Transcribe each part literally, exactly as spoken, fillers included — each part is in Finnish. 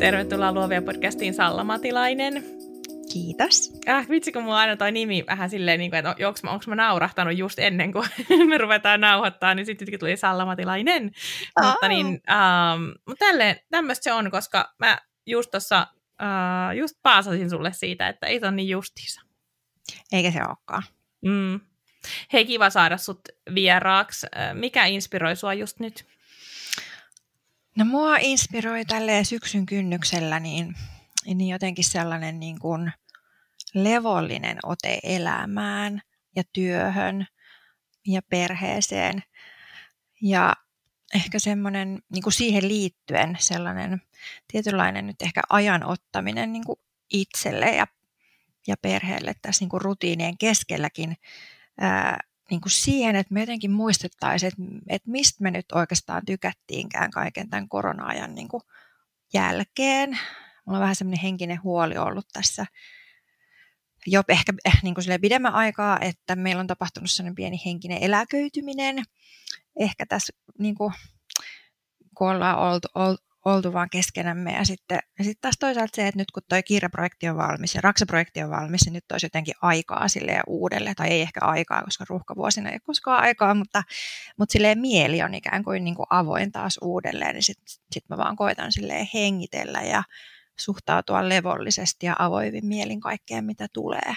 Tervetuloa Luovia podcastiin, Salla Matilainen. Kiitos. Äh, vitsi, kun mulla aina toi nimi vähän silleen, niin kuin, että onko mä, onko mä naurahtanut just ennen kuin me ruvetaan nauhoittaa, niin sitten tuli Salla Matilainen. Oh. Mutta niin, ähm, mutta tälleen, tämmöistä se on, koska mä just tuossa, äh, just paasasin sulle siitä, että ei se ole niin justiinsa. Eikä se olekaan. Mm. Hei, kiva saada sut vieraaksi. Mikä inspiroi sua just nyt? No mua inspiroi tälleen syksyn kynnyksellä niin, niin jotenkin sellainen niin kuin levollinen ote elämään ja työhön ja perheeseen. Ja ehkä semmoinen niin kuin siihen liittyen sellainen tietynlainen nyt ehkä ajan ottaminen niin kuin itselle ja, ja perheelle tässä niin kuin rutiinien keskelläkin. Ää, niin kuin siihen, että me jotenkin muistettaisiin, että, että mistä me nyt oikeastaan tykättiinkään kaiken tämän korona-ajan niin kuin jälkeen. Mulla on vähän semmoinen henkinen huoli ollut tässä jo ehkä niin kuin pidemmän aikaa, että meillä on tapahtunut sellainen pieni henkinen eläköityminen. Ehkä tässä, niin kuin, kun ollaan oltu, oltu, oltu vaan keskenämme. Ja sitten, ja sitten taas toisaalta se, että nyt kun toi kirjaprojekti on valmis ja Raksa-projekti on valmis, niin nyt olisi jotenkin aikaa silleen uudelle. Tai ei ehkä aikaa, koska ruuhkavuosina ei ole koskaan aikaa, mutta, mutta silleen mieli on ikään kuin, niin kuin avoin taas uudelleen. Niin sitten sit mä vaan koitan silleen hengitellä ja suhtautua levollisesti ja avoivin mielin kaikkeen, mitä tulee.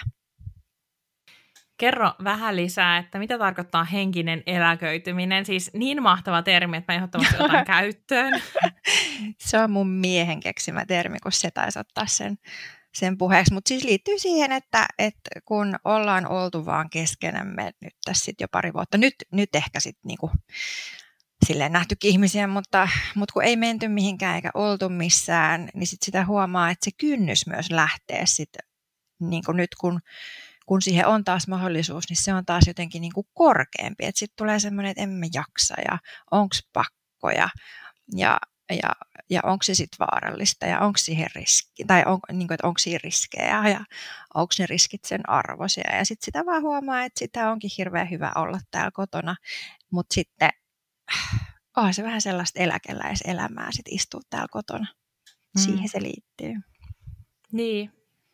Kerro vähän lisää, että mitä tarkoittaa henkinen eläköityminen. Siis niin mahtava termi, että mä ehdottomasti otan käyttöön. Se on mun miehen keksimä termi, kun se taisi ottaa sen, sen puheeksi. Mutta siis liittyy siihen, että, että kun ollaan oltu vaan keskenämme nyt tässä sit jo pari vuotta. Nyt, nyt ehkä sitten niinku silleen nähtykin ihmisiä, mutta, mutta kun ei menty mihinkään eikä oltu missään, niin sit sitä huomaa, että se kynnys myös lähtee sitten niin kuin nyt kun kun siihen on taas mahdollisuus, niin se on taas jotenkin niin kuin korkeampi. Että sitten tulee semmoinen, että emme jaksa ja onko pakko ja, ja, ja, ja onko se sitten vaarallista ja onko siihen riski, tai on, niin kuin, että onko siinä riskejä ja onko ne riskit sen arvoisia. Ja sitten sitä vaan huomaa, että sitä onkin hirveän hyvä olla täällä kotona, mutta sitten onhan se vähän sellaista eläkeläiselämää sitten istua täällä kotona. Siihen mm. se liittyy. Niin.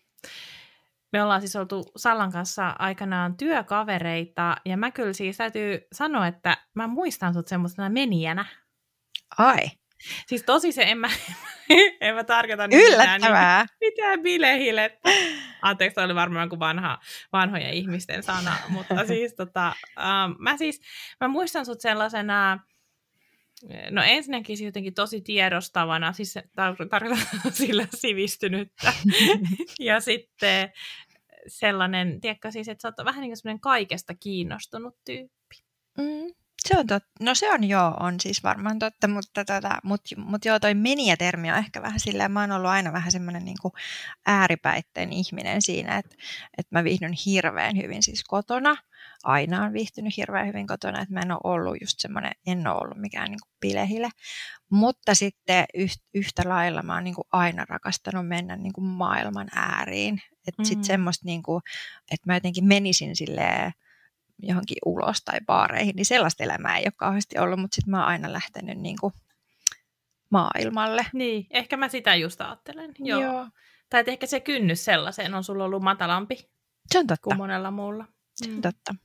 Me ollaan siis oltu Sallan kanssa aikanaan työkavereita, ja mä kyllä siis täytyy sanoa, että mä muistan sut semmoisena menijänä. Ai. Siis tosi se, en mä, en mä tarkoita yllättävää. Mitään, mitään bilehilettä. Anteeksi, toi oli varmaan kuin vanha, vanhojen ihmisten sana, mutta siis tota, um, mä siis, mä muistan sut sellaisena, no ensinnäkin siis jotenkin tosi tiedostavana, siis tar- tarkoitan sillä sivistynyttä, ja sitten sellainen, tiedätkö siis, että sä oot vähän niin kuin semmoinen kaikesta kiinnostunut tyyppi. Mm, se on totta. No se on joo, on siis varmaan totta, mutta tota, mut, mut joo, toi menijä-termi on ehkä vähän silleen, mä oon ollut aina vähän semmoinen niin kuin ääripäitteen ihminen siinä, että, että mä viihdyn hirveän hyvin siis kotona. Aina on viihtynyt hirveän hyvin kotona, että mä en ole ollut just semmoinen, en ole ollut mikään niin kuin bilehile. Mutta sitten yhtä lailla mä oon niin kuin aina rakastanut mennä niin kuin maailman ääriin. Että mm. sitten semmoista, niin kuin, että mä jotenkin menisin silleen johonkin ulos tai baareihin, niin sellaista elämää ei ole kauheasti ollut, mutta sitten mä oon aina lähtenyt niin kuin maailmalle. Niin, ehkä mä sitä just ajattelen. Joo. Joo. Tai että ehkä se kynnys sellaiseen on sulla ollut matalampi se on totta. kuin monella muulla. Se on totta.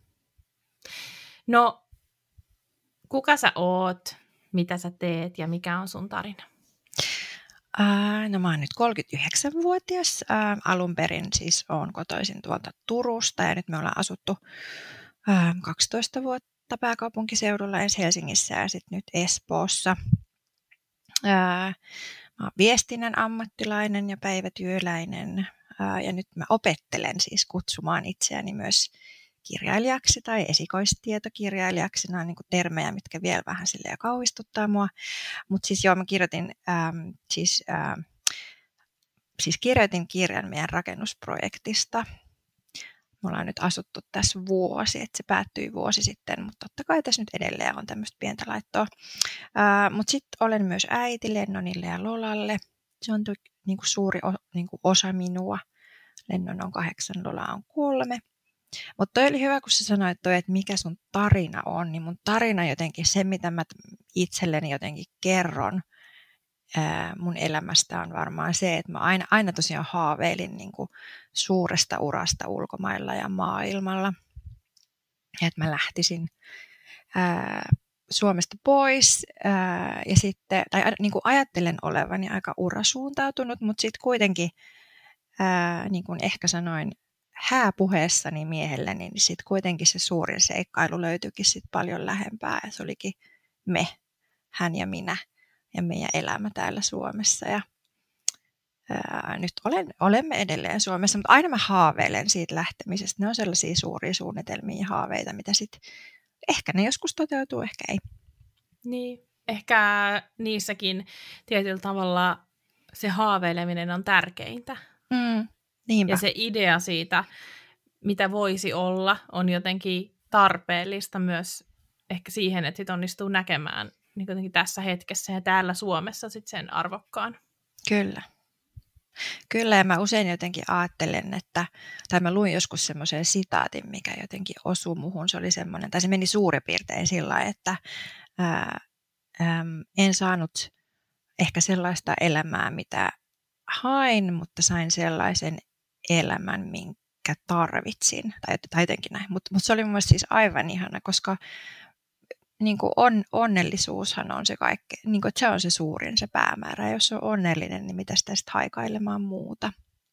No, kuka sä oot, mitä sä teet ja mikä on sun tarina? Äh, no mä oon nyt kolmekymmentäyhdeksänvuotias. Äh, alun perin siis oon kotoisin tuolta Turusta ja nyt me ollaan asuttu äh, kaksitoista vuotta pääkaupunkiseudulla, ensin Helsingissä ja sitten nyt Espoossa. Äh, mä oon viestinnän ammattilainen ja päivätyöläinen äh, ja nyt mä opettelen siis kutsumaan itseäni myös kirjailijaksi tai esikoistietokirjailijaksi. Nämä on niin kuin termejä, mitkä vielä vähän silleen kauhistuttaa mua. Mutta siis joo, mä kirjoitin, ähm, siis, ähm, siis kirjoitin kirjan meidän rakennusprojektista. Me ollaan nyt asuttu tässä vuosi, että se päättyi vuosi sitten, mutta totta kai tässä nyt edelleen on tämmöistä pientä laittoa. Äh, mutta sitten olen myös äiti Lennonille ja Lolalle. Se on tu- niin kuin suuri o- niin kuin osa minua. Lennon on kahdeksan, Lola on kolme. Mutta toi oli hyvä, kun sä sanoit toi, että mikä sun tarina on, niin mun tarina jotenkin se, mitä mä itselleni jotenkin kerron, ää, mun elämästä on varmaan se, että mä aina, aina tosiaan haaveilin niin kuin suuresta urasta ulkomailla ja maailmalla. Että mä lähtisin ää, Suomesta pois ää, ja sitten, tai niin kuin ajattelen olevani aika urasuuntautunut, mutta sitten kuitenkin, ää, niin kuin ehkä sanoin hääpuheessani miehelleni, niin sitten kuitenkin se suurin seikkailu löytyikin sit paljon lähempää ja se olikin me, hän ja minä ja meidän elämä täällä Suomessa. Ja ää, nyt olen, olemme edelleen Suomessa, mutta aina mä haaveilen siitä lähtemisestä. Ne on sellaisia suuria suunnitelmia ja haaveita, mitä sitten ehkä ne joskus toteutuu, ehkä ei. Niin, ehkä niissäkin tietyllä tavalla se haaveileminen on tärkeintä. Mm, niinpä. Ja se idea siitä, mitä voisi olla, on jotenkin tarpeellista myös ehkä siihen, että sit onnistuu näkemään niin jotenkin tässä hetkessä ja täällä Suomessa sit sen arvokkaan. Kyllä. Kyllä, ja mä usein jotenkin ajattelen, että, tai mä luin joskus semmoisen sitaatin, mikä jotenkin osui muhun. Se oli semmoinen, tai se meni suurin piirtein sillä lailla, että ää, äm, en saanut ehkä sellaista elämää, mitä hain, mutta sain sellaisen elämän, minkä tarvitsin. Tai, tai jotenkin näin. Mutta mut se oli mun mielestä siis aivan ihana, koska niin kuin on, onnellisuushan on se kaikki, niin kuin, että se on se suurin se päämäärä. Ja jos on onnellinen, niin mitä sitä sitten haikailemaan muuta?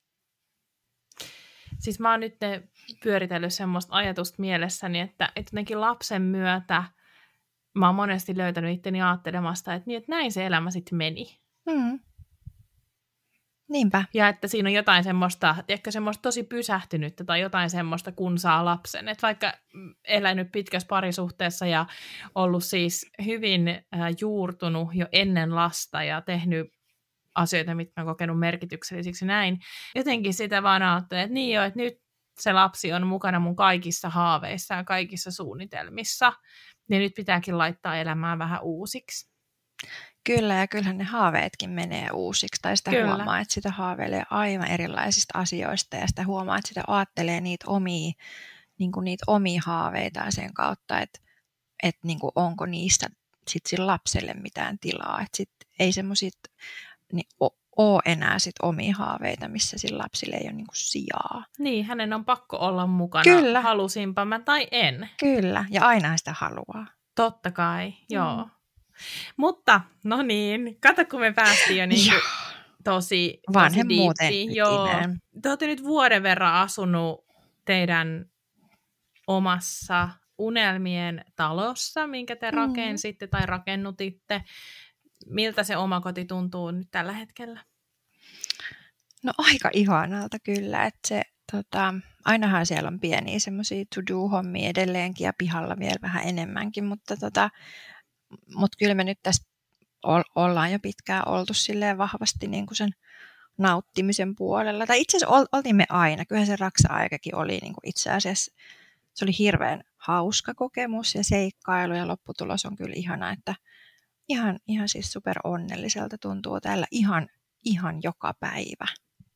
Siis mä oon nyt pyöritellyt semmoista ajatusta mielessäni, että, että jotenkin lapsen myötä mä oon monesti löytänyt itteni ajattelemasta, että, niin, että näin se elämä sitten meni. Mm. Niinpä. Ja että siinä on jotain semmoista, ehkä semmoista tosi pysähtynyttä tai jotain semmoista, kun saa lapsen. Että vaikka elänyt pitkässä parisuhteessa ja ollut siis hyvin äh, juurtunut jo ennen lasta ja tehnyt asioita, mitkä on kokenut merkityksellisiksi näin, jotenkin sitä vaan ajattelee, että niin jo, että nyt se lapsi on mukana mun kaikissa haaveissa ja kaikissa suunnitelmissa, niin nyt pitääkin laittaa elämää vähän uusiksi. Kyllä, ja kyllähän ne haaveetkin menee uusiksi, tai sitä Kyllä. huomaa, että sitä haaveilee aivan erilaisista asioista, ja sitä huomaa, että sitä ajattelee niitä omia, niin kuin niitä omia haaveitaan sen kautta, että, että niin kuin onko niistä sit sille lapselle mitään tilaa, että sit ei semmoiset niin ole enää sit omia haaveita, missä sillä lapsille ei ole niin kuin sijaa. Niin, hänen on pakko olla mukana, Kyllä. halusinpa mä tai en. Kyllä, ja aina sitä haluaa. Totta kai, joo. Mm. Mutta, no niin, kato kun me päästiin jo niin kuin tosi, tosi diiptiin. Joo. Te olette nyt vuoden verran asunut teidän omassa unelmien talossa, minkä te rakensitte tai rakennutitte. Miltä se oma koti tuntuu nyt tällä hetkellä? No aika ihanalta kyllä, että se, tota, ainahan siellä on pieniä semmoisia to-do-hommia edelleenkin ja pihalla vielä vähän enemmänkin, mutta tota, Mutta kyllä me nyt tässä ollaan jo pitkään oltu silleen vahvasti niin kuin sen nauttimisen puolella. Tai itse asiassa oltiin me aina. Kyllähän se Raksa-aikakin oli niin kuin itse asiassa, se oli hirveän hauska kokemus ja seikkailu ja lopputulos on kyllä ihana, että ihan, ihan siis super onnelliselta tuntuu täällä ihan, ihan joka päivä.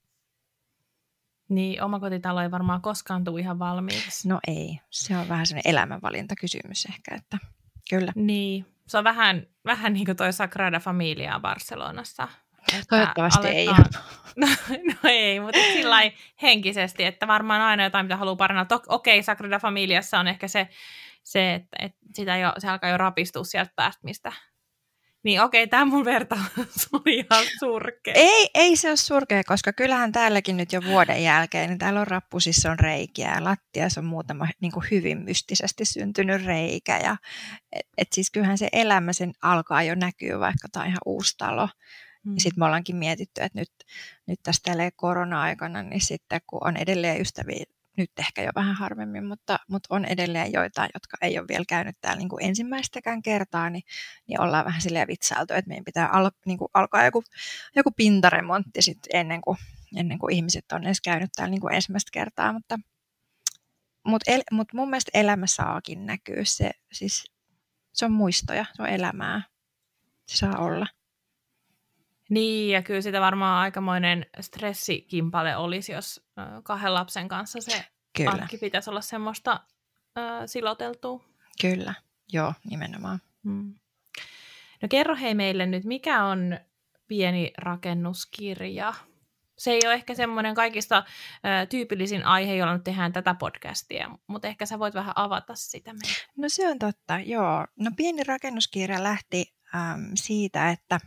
Niin, omakotitalo ei varmaan koskaan tule ihan valmiiksi. No ei, se on vähän sellainen elämänvalintakysymys ehkä, että kyllä. Niin. Se on vähän, vähän niin kuin toi Sagrada Familia Barcelonassa. Toivottavasti aletaan... ei. No, no ei, mutta sillä henkisesti, että varmaan aina jotain, mitä haluaa parantaa. Okei, okay, Sagrada Familiassa on ehkä se, se että, että sitä jo, se alkaa jo rapistua sieltä päästä, mistä... Niin okei, okay, tämä mun vertaus oli ihan surkea. Ei, ei se ole surkea, koska kyllähän täälläkin nyt jo vuoden jälkeen, niin täällä on rappusissa on reikiä ja lattiassa on muutama niin kuin hyvin mystisesti syntynyt reikä. Ja, et, et siis kyllähän se elämä sen alkaa jo näkyä, vaikka tämä on ihan uusi talo. Mm. Ja sitten me ollaankin mietitty, että nyt, nyt tässä korona-aikana, niin sitten kun on edelleen ystäviä, nyt ehkä jo vähän harvemmin, mutta, mutta on edelleen joitain, jotka ei ole vielä käynyt täällä niin kuin ensimmäistäkään kertaa, niin, niin ollaan vähän silleen vitsailtu, että meidän pitää al, niin kuin alkaa joku, joku pintaremontti sit ennen, kuin, ennen kuin ihmiset on edes käynyt täällä niin kuin ensimmäistä kertaa, mutta, mutta, el, mutta mun mielestä elämä saakin näkyä, se, siis, se on muistoja, se on elämää, se saa olla. Niin, ja kyllä sitä varmaan aikamoinen stressikimpale olisi, jos kahden lapsen kanssa se kyllä. Arkki pitäisi olla semmoista äh, siloteltua. Kyllä, joo, nimenomaan. Hmm. No kerro hei meille nyt, mikä on pieni rakennuskirja. Se ei ole ehkä semmoinen kaikista ö, tyypillisin aihe, jolla nyt tehdään tätä podcastia, mutta ehkä sä voit vähän avata sitä meille. No se on totta, joo. No pieni rakennuskirja lähti äm, siitä, että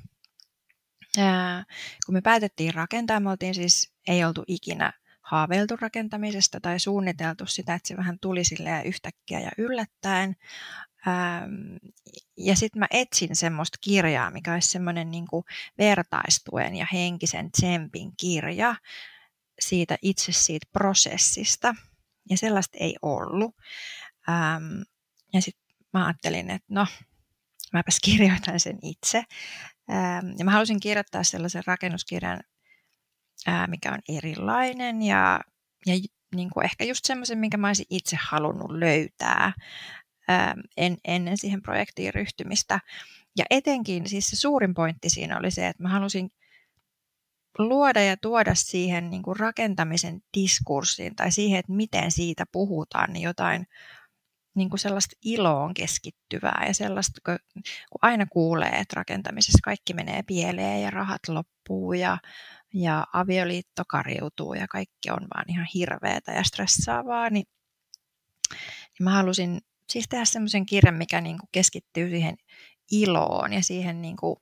ää, kun me päätettiin rakentaa, me oltiin siis, ei oltu ikinä haaveiltu rakentamisesta tai suunniteltu sitä, että se vähän tuli silleen yhtäkkiä ja yllättäen. Ähm, ja sitten mä etsin semmoista kirjaa, mikä olisi semmoinen niin kuin vertaistuen ja henkisen tsempin kirja siitä itse siitä prosessista. Ja sellaista ei ollut. Ähm, ja sitten mä ajattelin, että no, mäpäs kirjoitan sen itse. Ähm, ja mä halusin kirjoittaa sellaisen rakennuskirjan, ää, mikä on erilainen ja, ja niin kuin ehkä just semmoisen, minkä mä olisin itse halunnut löytää ää, en, ennen siihen projektiin ryhtymistä. Ja etenkin siis se suurin pointti siinä oli se, että mä halusin luoda ja tuoda siihen niin kuin rakentamisen diskurssiin tai siihen, että miten siitä puhutaan, niin jotain niin kuin sellaista iloon keskittyvää ja sellaista, kun aina kuulee, että rakentamisessa kaikki menee pieleen ja rahat loppuu ja, ja avioliitto kariutuu ja kaikki on vaan ihan hirveätä ja stressaavaa, niin, niin mä halusin siis tehdä semmoisen kirjan, mikä niin kuin keskittyy siihen iloon ja siihen, niin kuin,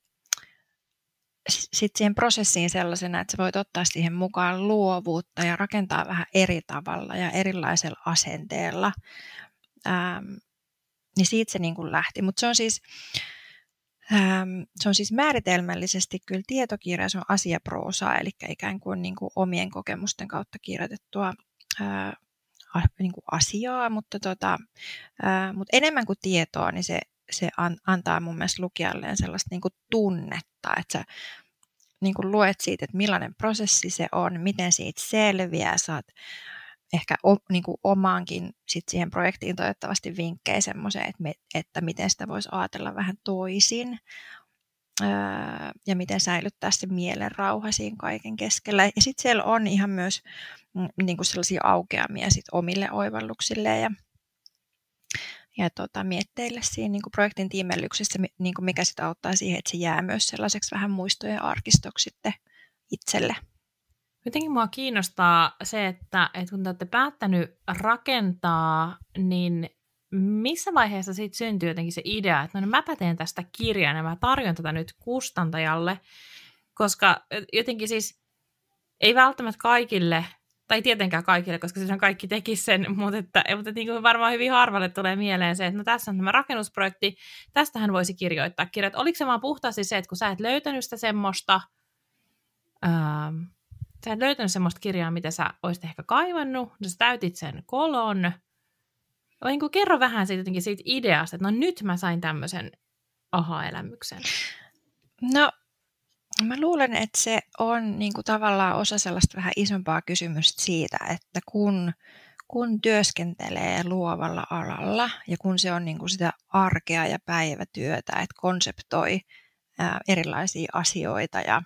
sit siihen prosessiin sellaisena, että sä voit ottaa siihen mukaan luovuutta ja rakentaa vähän eri tavalla ja erilaisella asenteella. Ähm, niin siitä se niin kuin lähti, mutta se on siis ähm, se on siis määritelmällisesti kyllä tietokirja, se on asiaproosaa, eli ikään kuin, niin kuin omien kokemusten kautta kirjoitettua ää, niin kuin asiaa, mutta, tota, ää, mutta enemmän kuin tietoa, niin se, se an, antaa mun mielestä lukijalleen sellaista niin kuin tunnetta, että sä niin kuin luet siitä, että millainen prosessi se on, miten siitä selviää, saat ehkä o, niin kuin omaankin sit siihen projektiin toivottavasti vinkkejä semmoiseen, että, me, että miten sitä voisi ajatella vähän toisin öö, ja miten säilyttää se mielen rauha siinä kaiken keskellä. Ja sitten siellä on ihan myös mm, niin kuin sellaisia aukeamia sit omille oivalluksille ja, ja tota, mietteille siinä niin kuin projektin tiimellyksessä, niin kuin mikä sitä auttaa siihen, että se jää myös sellaiseksi vähän muistojen arkistoksi sitten itselle. Jotenkin mua kiinnostaa se, että, että kun te olette päättänyt rakentaa, niin missä vaiheessa siitä syntyy jotenkin se idea, että no mäpä teen tästä kirjan ja mä tarjon tätä nyt kustantajalle, koska jotenkin siis ei välttämättä kaikille, tai tietenkään kaikille, koska siis on kaikki tekisi sen, mutta, että, mutta niin kuin varmaan hyvin harvalle tulee mieleen se, että no tässä on tämä rakennusprojekti, tästähän voisi kirjoittaa kirjat. Oliko se vaan puhtaasti se, että kun sä et löytänyt sitä semmoista, ähm, sä et löytänyt semmoista kirjaa, mitä sä olisit ehkä kaivannut, sä täytit sen kolon. Vai niin kuin kerro vähän siitä, jotenkin siitä ideasta, että no nyt mä sain tämmöisen aha-elämyksen. No, mä luulen, että se on niin kuin tavallaan osa sellaista vähän isompaa kysymystä siitä, että kun, kun työskentelee luovalla alalla ja kun se on niin kuin sitä arkea ja päivätyötä, että konseptoi ää, erilaisia asioita ja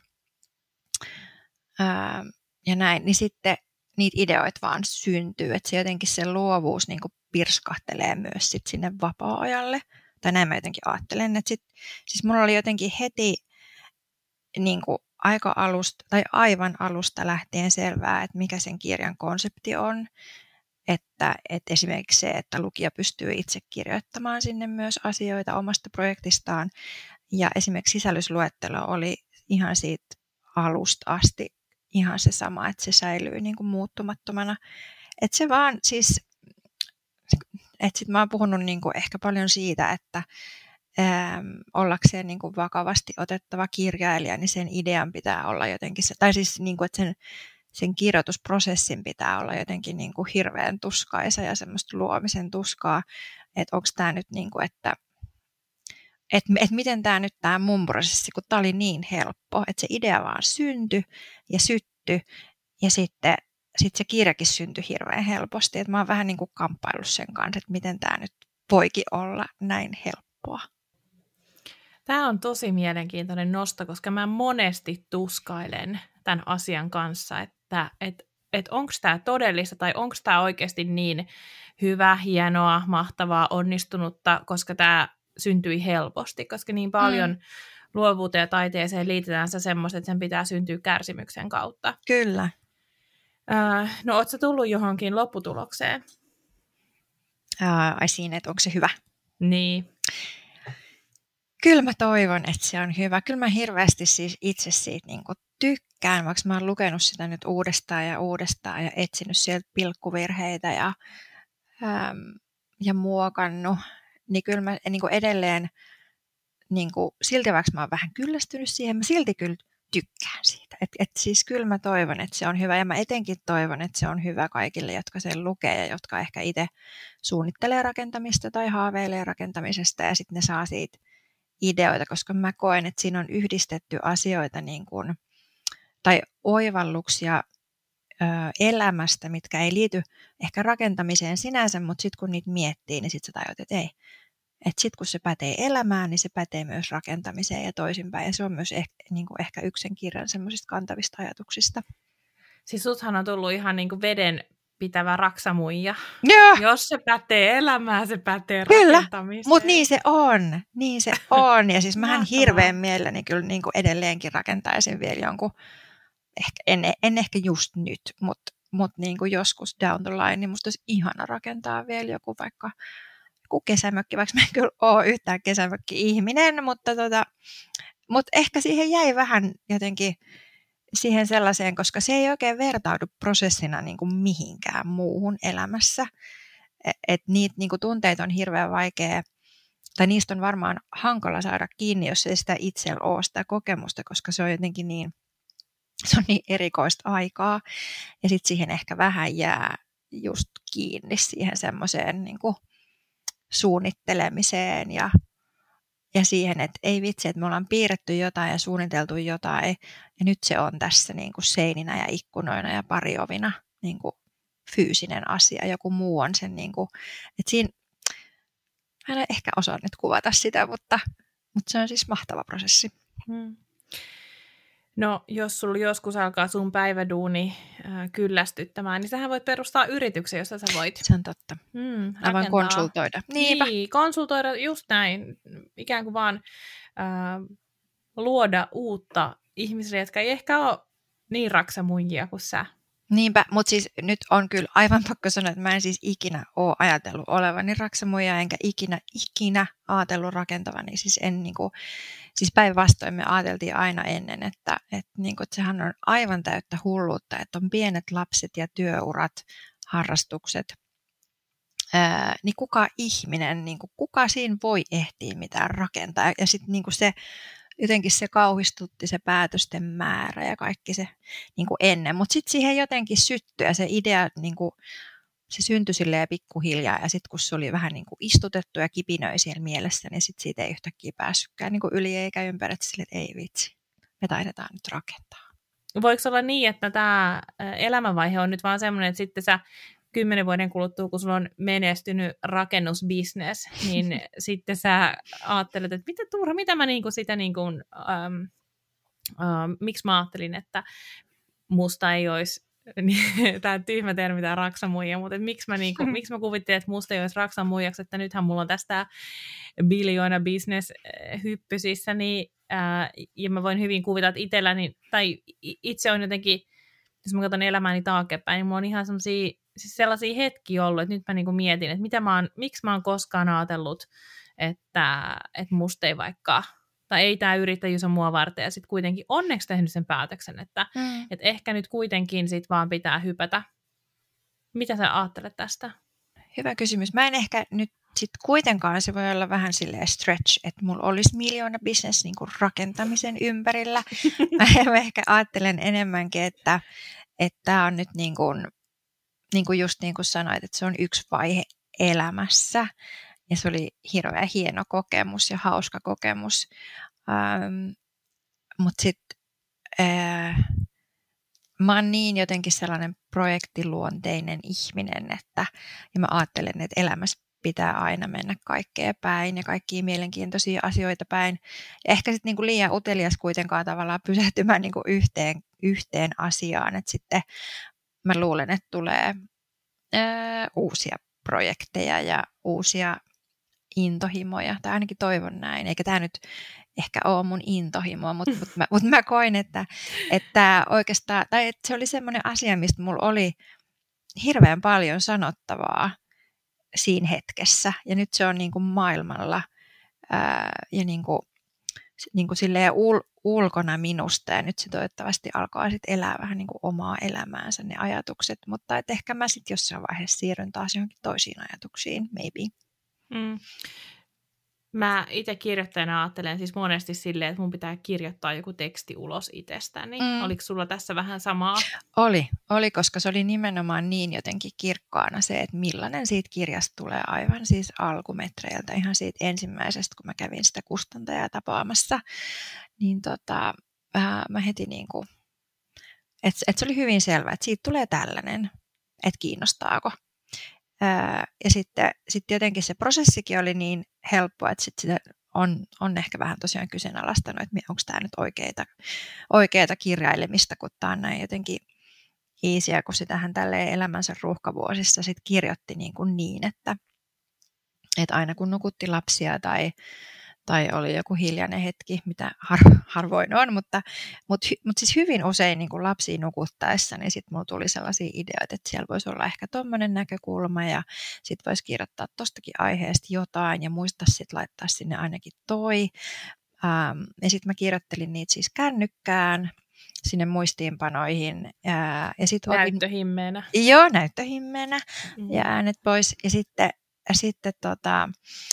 Ää, ja näin, niin sitten niitä ideoita vaan syntyy, että se jotenkin se luovuus niin kuin pirskahtelee myös sit sinne vapaa-ajalle, tai näin mä jotenkin ajattelen, että sit, siis mulla oli jotenkin heti niin kuin aika alusta, tai aivan alusta lähtien selvää, että mikä sen kirjan konsepti on, että, että esimerkiksi se, että lukija pystyy itse kirjoittamaan sinne myös asioita omasta projektistaan, ja esimerkiksi sisällysluettelo oli ihan siitä alusta asti ihan se sama, että se säilyy niin kuin muuttumattomana. Että se vaan siis, että sit mä oon puhunut niin kuin ehkä paljon siitä, että äm, ollakseen niin kuin vakavasti otettava kirjailija, niin sen idean pitää olla jotenkin se, tai siis niin kuin, että sen, sen kirjoitusprosessin pitää olla jotenkin niin kuin hirveän tuskaisa ja semmoista luomisen tuskaa, että onko tämä nyt niin kuin, että Että et miten tämä nyt tämä mun prosessi, kun tämä oli niin helppo, että se idea vaan syntyi ja syttyi ja sitten sit se kirjakin syntyi hirveän helposti. Että mä oon vähän niin kuin kamppaillut sen kanssa, että miten tämä nyt voikin olla näin helppoa. Tämä on tosi mielenkiintoinen nosto, koska mä monesti tuskailen tämän asian kanssa, että et, et onko tämä todellista tai onko tämä oikeasti niin hyvä, hienoa, mahtavaa, onnistunutta, koska tämä syntyi helposti, koska niin paljon mm. luovuuteen ja taiteeseen liitetään se semmoista, että sen pitää syntyä kärsimyksen kautta. Kyllä. Öö, no ootko sä tullut johonkin lopputulokseen? Ää, ai siinä, että onko se hyvä? Niin. Kyllä mä toivon, että se on hyvä. Kyllä mä hirveästi siis itse siitä niin kuin tykkään, vaikka mä oon lukenut sitä nyt uudestaan ja uudestaan ja etsinyt sieltä pilkkuvirheitä ja, äm, ja muokannut, niin kyllä mä niin kuin edelleen, niin kuin, silti vaikka mä oon vähän kyllästynyt siihen, mä silti kyllä tykkään siitä. Et, et siis kyllä mä toivon, että se on hyvä ja mä etenkin toivon, että se on hyvä kaikille, jotka sen lukee ja jotka ehkä itse suunnittelee rakentamista tai haaveilee rakentamisesta ja sitten ne saa siitä ideoita, koska mä koen, että siinä on yhdistetty asioita niin kuin, tai oivalluksia ö, elämästä, mitkä ei liity ehkä rakentamiseen sinänsä, mutta sitten kun niitä miettii, niin sitten sä tajut, että ei. Että sitten kun se pätee elämään, niin se pätee myös rakentamiseen ja toisinpäin. Ja se on myös ehkä, niin kuin ehkä yksi sen kirjan semmoisista kantavista ajatuksista. Siis suthan on tullut ihan niin kuin veden pitävä raksamuija. Joo. Jos se pätee elämään, se pätee kyllä, rakentamiseen. Mutta niin se on. Niin se on. Ja siis mähän Mahtavaa. hirveän mielelläni kyllä niin kuin edelleenkin rakentaisin vielä jonkun, ehkä, en, en ehkä just nyt, mutta mut niin kuin joskus down the line, niin musta olisi ihana rakentaa vielä joku vaikka joku kesämökki, vaikka mä en kyllä ole yhtään kesämökki-ihminen, mutta, tota, mutta ehkä siihen jäi vähän jotenkin siihen sellaiseen, koska se ei oikein vertaudu prosessina niin kuin mihinkään muuhun elämässä. Että niitä niin kuin tunteita on hirveän vaikea, tai niistä on varmaan hankala saada kiinni, jos ei sitä itsellä ole sitä kokemusta, koska se on jotenkin niin, se on niin erikoista aikaa. Ja sitten siihen ehkä vähän jää just kiinni siihen semmoiseen niin kuin suunnittelemiseen ja, ja siihen, että ei vitsi, että me ollaan piirretty jotain ja suunniteltu jotain ja nyt se on tässä niin kuin seininä ja ikkunoina ja pariovina niin kuin fyysinen asia. Joku muu on sen, niin kuin, että siinä, mä en ehkä osaa nyt kuvata sitä, mutta, mutta se on siis mahtava prosessi. Hmm. No, jos sulla joskus alkaa sun päiväduuni äh, kyllästyttämään, niin sähän voit perustaa yrityksen, jossa sä voit. Se on totta. Mm, Mä voin konsultoida. Niinpä. Niin, konsultoida just näin. Ikään kuin vaan äh, luoda uutta ihmisille, jotka ei ehkä ole niin raksamuijia kuin sä. Niinpä, mutta siis nyt on kyllä aivan pakko sanoa, että mä en siis ikinä ole ajatellut olevani raksamuija, enkä ikinä, ikinä ajatellut rakentavani. Siis, en, niin kuin, siis päinvastoin me ajateltiin aina ennen, että, että, niin kuin, että sehän on aivan täyttä hulluutta, että on pienet lapset ja työurat, harrastukset. Ää, niin kuka ihminen, niin kuin, kuka siinä voi ehtiä mitään rakentaa. Ja sitten niin kuin se jotenkin se kauhistutti se päätösten määrä ja kaikki se niin kuin ennen. Mutta sitten siihen jotenkin syttyi ja se idea, niin kuin, se syntyi silleen pikkuhiljaa. Ja sitten kun se oli vähän niin kuin istutettu ja kipinöi siellä mielessä, niin sitten siitä ei yhtäkkiä päässytkään niin kuin yli eikä ympäri. Että silleen, että ei vitsi, me taidetaan nyt rakentaa. Voiko olla niin, että tämä elämänvaihe on nyt vaan semmoinen, että sitten sä kymmenen vuoden kuluttua, kun sulla on menestynyt rakennusbisnes, niin sitten sä ajattelet, että mitä Tuura, mitä mä niinku sitä niinku, ähm, ähm, miksi mä ajattelin, että musta ei olisi, tämä tyhmä termi, tämä raksamuija, mutta miksi mä, niinku, miksi mä kuvittelin, että musta ei olisi raksamuijaksi, että nythän mulla on tästä biljoona business hyppysissä, niin, äh, ja mä voin hyvin kuvitella, että itselläni, tai itse on jotenkin, jos mä katson elämääni taaksepäin, niin mulla on ihan sellaisia, siis sellaisia hetkiä ollut, että nyt mä niinku mietin, että mitä mä oon, miksi mä oon koskaan ajatellut, että, että musta ei vaikka, tai ei tämä yrittäjyys on mua varten, ja sitten kuitenkin onneksi tehnyt sen päätöksen, että, mm. että ehkä nyt kuitenkin sit vaan pitää hypätä. Mitä sä ajattelet tästä? Hyvä kysymys. Mä en ehkä nyt sitten kuitenkaan, se voi olla vähän silleen stretch, että mulla olisi miljoona business niin kuin rakentamisen ympärillä. Mä ehkä ajattelen enemmänkin, että tämä on nyt niin kuin, niin kuin just niin kuin sanoit, että se on yksi vaihe elämässä. Ja se oli hirveän hieno kokemus ja hauska kokemus. Ähm, Mutta sitten äh, mä oon niin jotenkin sellainen projektiluonteinen ihminen, että ja mä ajattelen, että elämässä pitää aina mennä kaikkea päin ja kaikkia mielenkiintoisia asioita päin. Ja ehkä sitten niinku liian utelias kuitenkaan tavallaan pysähtymään niinku yhteen, yhteen asiaan. Et sitten mä luulen, että tulee ää, uusia projekteja ja uusia intohimoja, tai ainakin toivon näin. Eikä tämä nyt ehkä ole mun intohimoa, mutta mut mä, mut mä koin, että, että oikeastaan, tai että se oli semmoinen asia, mistä mulla oli hirveän paljon sanottavaa siinä hetkessä, ja nyt se on niin kuin maailmalla ää, ja niin kuin, niin kuin silleen ul, ulkona minusta, ja nyt se toivottavasti alkaa sitten elää vähän niin kuin omaa elämäänsä ne ajatukset, mutta et ehkä mä sitten jossain vaiheessa siirryn taas johonkin toisiin ajatuksiin, maybe. Mm. Mä itse kirjoittajana ajattelen siis monesti silleen, että mun pitää kirjoittaa joku teksti ulos itsestäni. Mm. Oliko sulla tässä vähän samaa? Oli, oli, koska se oli nimenomaan niin jotenkin kirkkaana se, että millainen siitä kirjasta tulee aivan siis alkumetreiltä, ihan siitä ensimmäisestä, kun mä kävin sitä kustantajaa tapaamassa, niin tota, mä, mä heti niin kuin, että et se oli hyvin selvä, että siitä tulee tällainen, että kiinnostaako. Ää, ja sitten sit jotenkin se prosessikin oli niin helppo, että sit sitä on, on ehkä vähän tosiaan kyseenalaistanut, että onko tämä nyt oikeita, oikeita kirjailemista, kun tämä on näin jotenkin easyä, kun sitähän tälleen elämänsä ruuhkavuosissa sit kirjoitti niin, kuin niin että, että aina kun nukutti lapsia tai, tai oli joku hiljainen hetki, mitä har, harvoin on, mutta, mutta, mutta siis hyvin usein niin kuin lapsia nukuttaessa, niin sitten mulla tuli sellaisia ideoita, että siellä voisi olla ehkä tommoinen näkökulma ja sitten voisi kirjoittaa tostakin aiheesta jotain ja muistaa sitten laittaa sinne ainakin toi. Ähm, ja sitten mä kirjoittelin niitä siis kännykkään sinne muistiinpanoihin. Ää, ja sit näyttöhimmeenä. Otin, joo, näyttöhimmeenä mm-hmm. ja äänet pois. Ja sitten, ja sitten tota,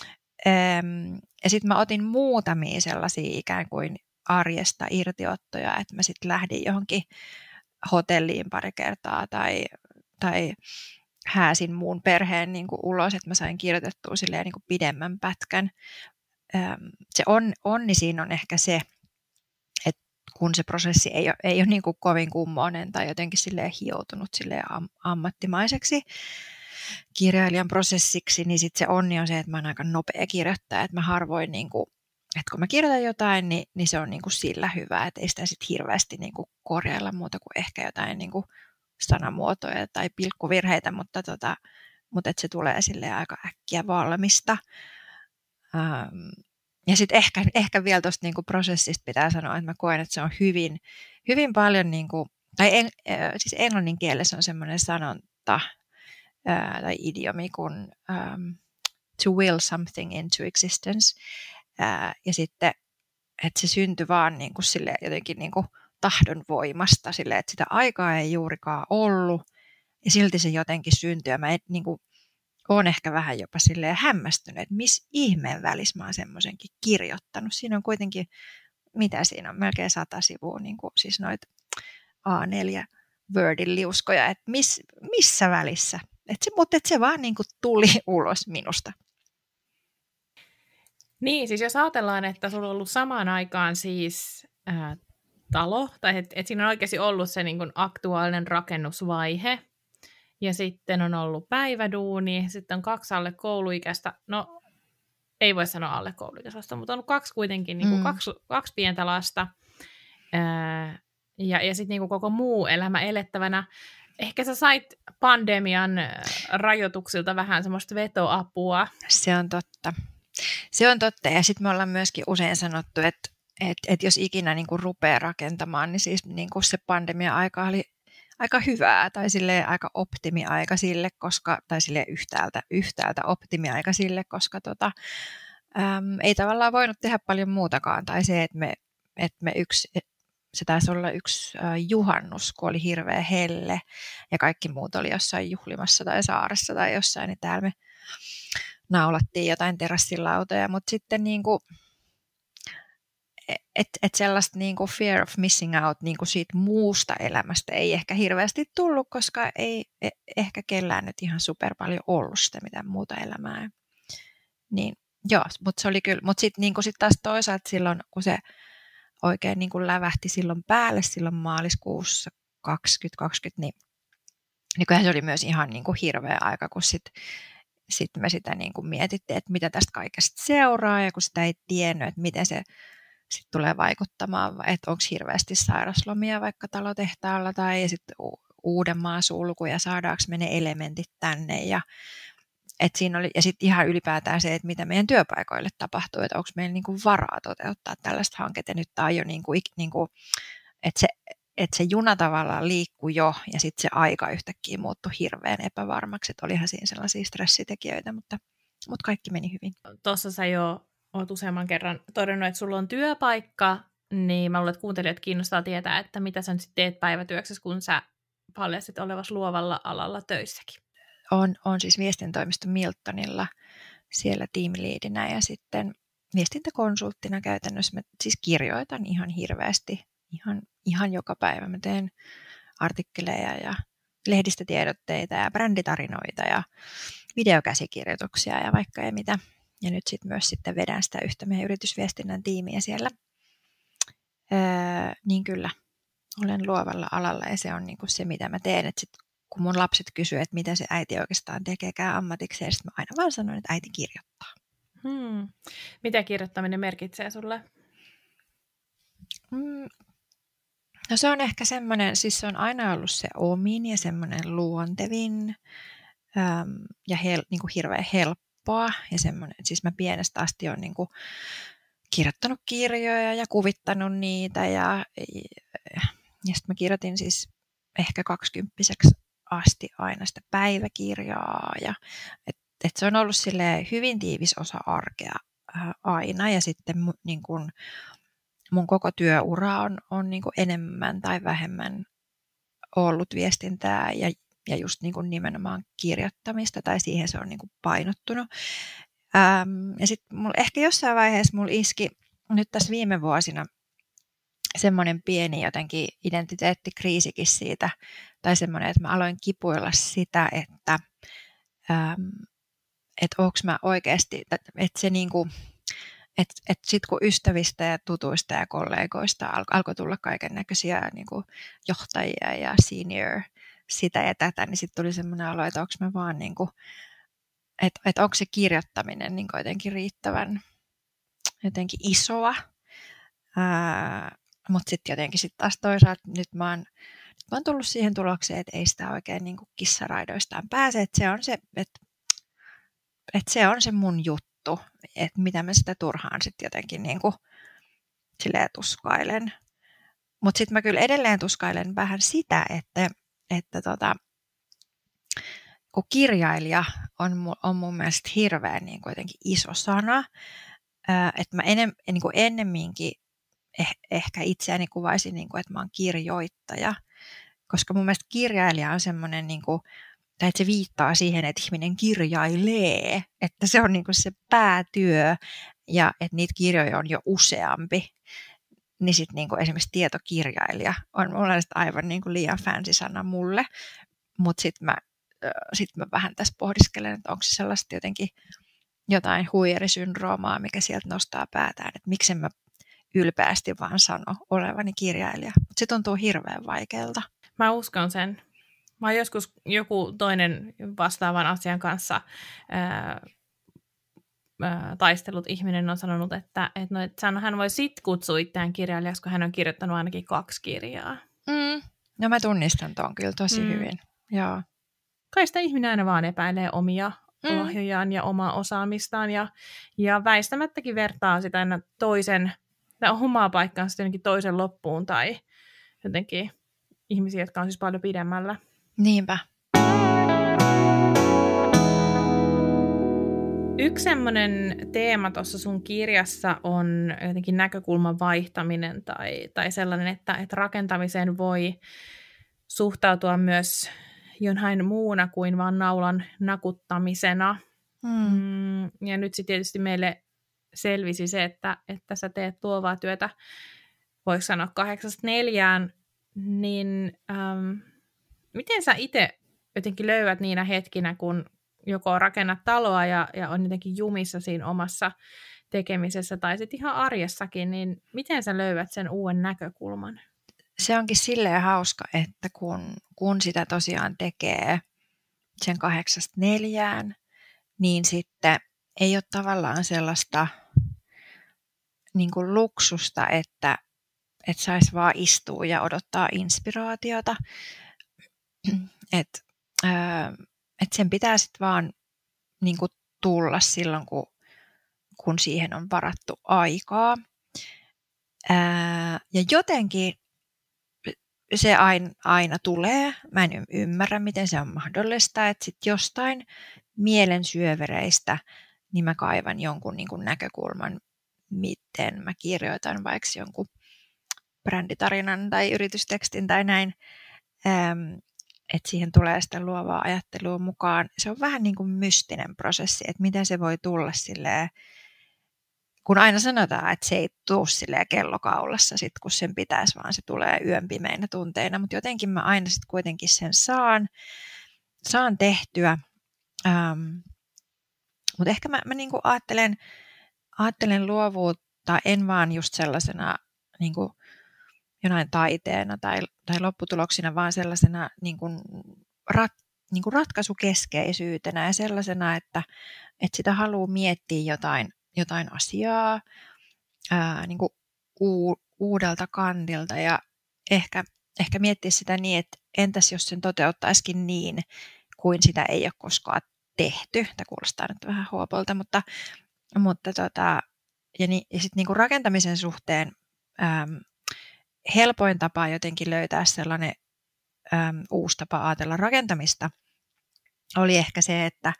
äm, ja sitten mä otin muutamia sellaisia ikään kuin arjesta irtiottoja, että mä sitten lähdin johonkin hotelliin pari kertaa tai, tai hääsin muun perheen niin kuin ulos, että mä sain kirjoitettua silleen niin kuin pidemmän pätkän. Äm, se on, onni siinä on ehkä se, että kun se prosessi ei ole, ei ole niin kuin kovin kummoinen tai jotenkin silleen hioutunut silleen am, ammattimaiseksi kirjailijan prosessiksi, niin sitten se onni on se, että mä oon aika nopea kirjoittaja, että mä harvoin, niin kuin, että kun mä kirjoitan jotain, niin, niin se on niin kuin sillä hyvä, että ei sitä sitten hirveästi niin kuin korjailla muuta kuin ehkä jotain niin kuin sanamuotoja tai pilkkuvirheitä, mutta, tota, mutta että se tulee silleen aika äkkiä valmista. Ähm, ja sitten ehkä, ehkä vielä tuosta niin kuin prosessista pitää sanoa, että mä koen, että se on hyvin, hyvin paljon, niin kuin, tai en, äh, siis englannin kielessä on semmoinen sanonta, Ää, tai idiomi kuin um, to will something into existence. Ää, ja sitten, että se syntyi vaan niin kuin sille jotenkin niin kuin tahdon voimasta, sille, että sitä aikaa ei juurikaan ollut, ja silti se jotenkin syntyi. Ja mä en, niin kuin, olen ehkä vähän jopa silleen hämmästynyt, että missä ihmeen välissä mä oon semmoisenkin kirjoittanut. Siinä on kuitenkin, mitä siinä on, melkein sata sivua, niin kuin, siis noita A neljä Wordin liuskoja, että miss, missä välissä. Et se, mutta et se vaan niin kuin tuli ulos minusta. Niin, siis jos ajatellaan, että sulla on ollut samaan aikaan siis ää, talo, tai että et siinä on oikeasti ollut se niin kuin aktuaalinen rakennusvaihe, ja sitten on ollut päiväduuni, sitten on kaksi alle kouluikäistä, no ei voi sanoa alle kouluikäistä, mutta on ollut kaksi kuitenkin, niin kuin mm. kaksi, kaksi pientä lasta, ää, ja, ja sitten niin kuin koko muu elämä elettävänä. Ehkä sä sait pandemian rajoituksilta vähän semmoista vetoapua. Se on totta. Se on totta. Ja sitten me ollaan myöskin usein sanottu, että, että, että jos ikinä niin kuin rupeaa rakentamaan, niin siis niin kuin se pandemia-aika oli aika hyvää tai silleen aika optimiaika sille, koska, tai silleen yhtäältä, yhtäältä optimiaika sille, koska tota, äm, ei tavallaan voinut tehdä paljon muutakaan. Tai se, että me, että me yksi... Se taisi olla yksi äh, juhannus, kun oli hirveä helle ja kaikki muut oli jossain juhlimassa tai saaressa tai jossain, niin täällä me naulattiin jotain terassilautoja, mutta sitten niinku, että et sellaista niinku fear of missing out niinku siitä muusta elämästä ei ehkä hirveästi tullut, koska ei e, ehkä kellään nyt ihan super paljon ollut sitä mitään muuta elämää. Niin joo, mutta se oli kyllä, mutta sitten niinku sit taas toisaalta silloin, kun se oikein niin kuin lävähti silloin päälle silloin maaliskuussa kaksituhattakaksikymmentä, niin, niin kyllähän se oli myös ihan niin kuin hirveä aika, kun sitten sit me sitä niin kuin mietittiin, että mitä tästä kaikesta seuraa, ja kun sitä ei tiennyt, että miten se sit tulee vaikuttamaan, että onko hirveästi sairaslomia vaikka talotehtaalla, tai sitten Uudenmaan sulku, ja saadaanko me ne elementit tänne, ja Et siinä oli, ja sitten ihan ylipäätään se, että mitä meidän työpaikoille tapahtuu, että onko meillä niinku varaa toteuttaa tällaista hanketta. Ja nyt tämä on jo, niinku, niinku, että se, et se juna tavallaan liikkui jo, ja sitten se aika yhtäkkiä muuttui hirveän epävarmaksi. Että olihan siinä sellaisia stressitekijöitä, mutta, mutta kaikki meni hyvin. Tuossa sä jo oot useamman kerran todennut, että sulla on työpaikka, niin mä luulen, että kuuntelijat kiinnostaa tietää, että mitä sä nyt sit teet päivätyöksessä, kun sä paljastit olevas luovalla alalla töissäkin. On, on siis viestintätoimisto Miltonilla siellä tiimiliidinä ja sitten viestintäkonsulttina käytännössä mä siis kirjoitan ihan hirveästi, ihan, ihan joka päivä. Mä teen artikkeleja ja lehdistötiedotteita ja bränditarinoita ja videokäsikirjoituksia ja vaikka ja mitä. Ja nyt sitten myös sitten vedän sitä yhtä meidän yritysviestinnän tiimiä siellä. Öö, niin kyllä, olen luovalla alalla ja se on niinku se, mitä mä teen. Et sit, kun mun lapset kysyy, että mitä se äiti oikeastaan tekeekään ammatikseen, sitten mä aina vaan sanon, että äiti kirjoittaa. Hmm. Mitä kirjoittaminen merkitsee sulle? Mm. No se on ehkä semmoinen, siis se on aina ollut se omin ja semmoinen luontevin äm, ja hel, niinku hirveän helppoa. Ja semmoinen, siis mä pienestä asti olen niinku kirjoittanut kirjoja ja kuvittanut niitä ja, ja, ja sitten mä kirjoitin siis ehkä kaksikymppiseksi asti aina sitä päiväkirjaa ja et, et se on ollut silleen hyvin tiivis osa arkea ää, aina ja sitten niin kun, mun koko työura on, on niin kun enemmän tai vähemmän ollut viestintää ja, ja just niin kun nimenomaan kirjoittamista tai siihen se on niin kun painottunut. Ähm, ja sitten ehkä jossain vaiheessa mulla iski nyt tässä viime vuosina semmoinen pieni jotenkin identiteettikriisikin siitä, tai semmoinen, että mä aloin kipuilla sitä, että ähm, että onko mä oikeasti, että se niinku, että et sit kun ystävistä ja tutuista ja kollegoista al- alkoi tulla kaiken näköisiä niinku johtajia ja senior sitä ja tätä, niin sitten tuli semmoinen alo, että onko mä vaan niinku, että et onko se kirjoittaminen niin jotenkin riittävän jotenkin isoa. Ää, mutta sitten jotenkin sit taas toisaalta nyt mä, oon, nyt mä oon tullut siihen tulokseen, että ei sitä oikein niin kissaraidoistaan pääse. Että se on se, että et se on se mun juttu, että mitä mä sitä turhaan sitten jotenkin niin kuin silleen tuskailen. Mutta sitten mä kyllä edelleen tuskailen vähän sitä, että, että tota, kun kirjailija on, on mun mielestä hirveän niin kuin jotenkin iso sana, että mä enem, niin kuin ennemminkin eh, ehkä itseäni kuvaisin, niin kuin, että mä oon kirjoittaja, koska mun mielestä kirjailija on semmoinen, niin kuin, tai että se viittaa siihen, että ihminen kirjailee, että se on niin kuin se päätyö ja että niitä kirjoja on jo useampi. Niin sitten niin kuin esimerkiksi tietokirjailija on mun mielestä aivan niin kuin liian fancy sana mulle, mutta sitten mä Sitten mä vähän tässä pohdiskelen, että onko se sellaista jotenkin jotain huijarisyndroomaa, mikä sieltä nostaa päätään, että miksen mä ylpeästi vaan sano olevani kirjailija. Mutta se tuntuu hirveän vaikealta. Mä uskon sen. Mä oon joskus joku toinen vastaavan asian kanssa ää, ää, taistellut ihminen on sanonut, että, että, no, että hän voi sit kutsua itseään kirjailijaksi, kun hän on kirjoittanut ainakin kaksi kirjaa. Mm. No mä tunnistan ton kyllä tosi mm. hyvin. Joo. Kai sitä ihminen aina vaan epäilee omia mm. lahjojaan ja omaa osaamistaan ja, ja väistämättäkin vertaa sitä aina toisen, tai omaa paikkaansa jotenkin toisen loppuun tai jotenkin ihmisiä, jotka on siis paljon pidemmällä. Niinpä. Yksi semmoinen teema tuossa sun kirjassa on jotenkin näkökulman vaihtaminen tai, tai sellainen, että, että rakentamiseen voi suhtautua myös jonain muuna kuin vaan naulan nakuttamisena. Mm. Ja nyt sitten tietysti meille selvisi se, että, että sä teet luovaa työtä, voiko sanoa kahdeksasta neljään, niin ähm, miten sä itse jotenkin löydät niinä hetkinä, kun joko rakennat taloa ja, ja on jotenkin jumissa siinä omassa tekemisessä tai sitten ihan arjessakin, niin miten sä löydät sen uuden näkökulman? Se onkin silleen hauska, että kun, kun sitä tosiaan tekee sen kahdeksasta neljään, niin sitten ei ole tavallaan sellaista niin kuin luksusta, että, että saisi vaan istua ja odottaa inspiraatiota. Että et sen pitää sitten vaan niin kuin tulla silloin, kun, kun siihen on varattu aikaa. Ää, ja jotenkin se aina, aina tulee. Mä en ymmärrä, miten se on mahdollista, että sit jostain mielen syövereistä niin mä kaivan jonkun niin kuin näkökulman, miten mä kirjoitan vaikka jonkun bränditarinan tai yritystekstin tai näin, ähm, että siihen tulee sitä luovaa ajattelua mukaan. Se on vähän niin kuin mystinen prosessi, että miten se voi tulla silleen, kun aina sanotaan, että se ei tule silleen kellokaulassa, sit, kun sen pitäisi, vaan se tulee yön pimeinä tunteina, mutta jotenkin mä aina sitten kuitenkin sen saan, saan tehtyä. Ähm, mutta ehkä mä, mä niinku ajattelen, ajattelen luovuutta en vaan just sellaisena niinku jonain taiteena tai, tai lopputuloksina, vaan sellaisena niinku rat, niinku ratkaisukeskeisyytenä ja sellaisena, että, että sitä haluaa miettiä jotain, jotain asiaa ää, niinku u, uudelta kantilta ja ehkä, ehkä miettiä sitä niin, että entäs jos sen toteuttaisikin niin, kuin sitä ei ole koskaan tehty. Tämä kuulostaa nyt vähän huopolta, mutta, mutta tota, ja, ni, ja sitten niinku rakentamisen suhteen äm, helpoin tapa jotenkin löytää sellainen äm, uusi tapa ajatella rakentamista oli ehkä se, että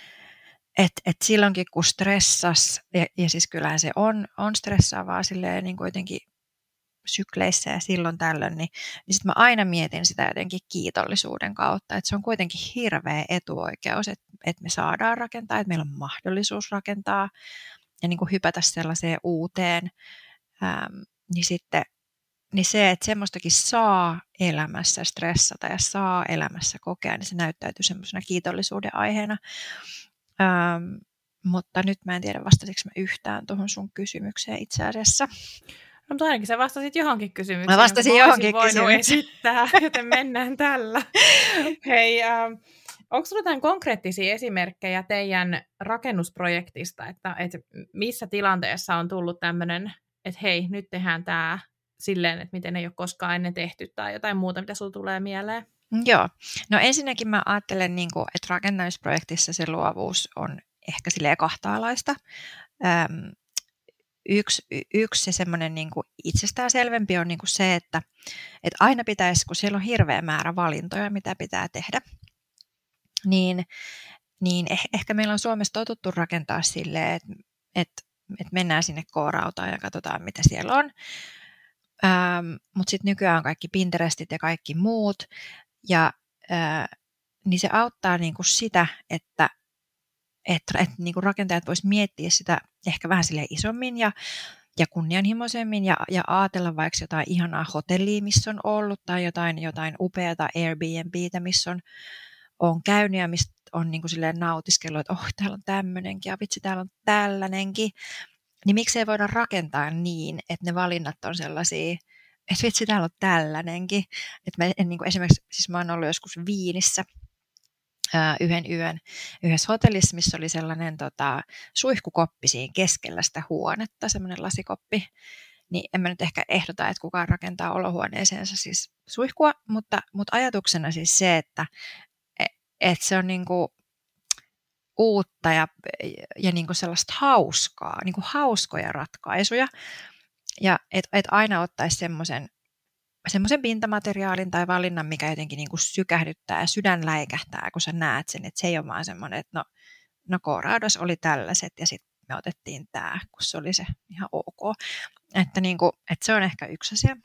et, et silloinkin kun stressas, ja, ja siis kyllähän se on, on stressaavaa silleen niin kuitenkin sykleissä ja silloin tällöin, niin, niin sitten mä aina mietin sitä jotenkin kiitollisuuden kautta, että se on kuitenkin hirveä etuoikeus, että, että me saadaan rakentaa, että meillä on mahdollisuus rakentaa ja niin kuin hypätä sellaiseen uuteen, ähm, niin sitten niin se, että semmoistakin saa elämässä stressata ja saa elämässä kokea, niin se näyttäytyy semmoisena kiitollisuuden aiheena. Ähm, mutta nyt mä en tiedä vastasinko mä yhtään tuohon sun kysymykseen itse asiassa. No, mutta ainakin sä vastasit johonkin kysymykseen. Mä vastasin johonkin kysymykseen. Esittää, joten mennään tällä. Hei, ähm, onko sinulla jotain konkreettisia esimerkkejä teidän rakennusprojektista, että, että missä tilanteessa on tullut tämmöinen, että hei, nyt tehdään tämä silleen, että miten ei ole koskaan ennen tehty tai jotain muuta, mitä sinulla tulee mieleen? Joo. No ensinnäkin mä ajattelen, että rakentamisprojektissa se luovuus on ehkä silleen kahtaalaista. Ähm, Yksi, yksi semmoinen niin kuin itsestään selvempi on niin kuin se, että, että aina pitäisi, kun siellä on hirveä määrä valintoja, mitä pitää tehdä, niin, niin eh, ehkä meillä on Suomessa totuttu rakentaa silleen, että, että, että mennään sinne K-rautaan ja katsotaan, mitä siellä on. Ähm, mutta sitten nykyään on kaikki Pinterestit ja kaikki muut, ja äh, niin se auttaa niin kuin sitä, että että, että niin kuin rakentajat vois miettiä sitä ehkä vähän silleen isommin ja, ja kunnianhimoisemmin ja, ja ajatella vaikka jotain ihanaa hotellia, missä on ollut, tai jotain, jotain upeata Airbnbtä, missä on, on käynyt ja mistä on niin kuin silleen nautiskellut, että oh, täällä on tämmöinenkin ja vitsi, täällä on tällainenkin. Niin miksei voida rakentaa niin, että ne valinnat on sellaisia, että vitsi, täällä on tällainenkin. Että mä, en, niin kuin esimerkiksi, siis mä oon ollut joskus Viinissä, yhden yön yhdessä hotellissa, missä oli sellainen tota, suihkukoppi siinä keskellä sitä huonetta, semmoinen lasikoppi. Niin en mä nyt ehkä ehdota, että kukaan rakentaa olohuoneeseensa siis suihkua, mutta, mutta ajatuksena siis se, että et se on niinku uutta ja, ja niinku sellaista hauskaa, niinku hauskoja ratkaisuja. Ja että et aina ottaisi semmoisen semmoisen pintamateriaalin tai valinnan, mikä jotenkin niin kuin sykähdyttää ja sydän läikähtää, kun sä näet sen, että se ei ole vaan semmoinen, että no, no K-raudas oli tällaiset ja sitten me otettiin tämä, kun se oli se ihan ok. Että, niin kuin, että se on ehkä yksi asia,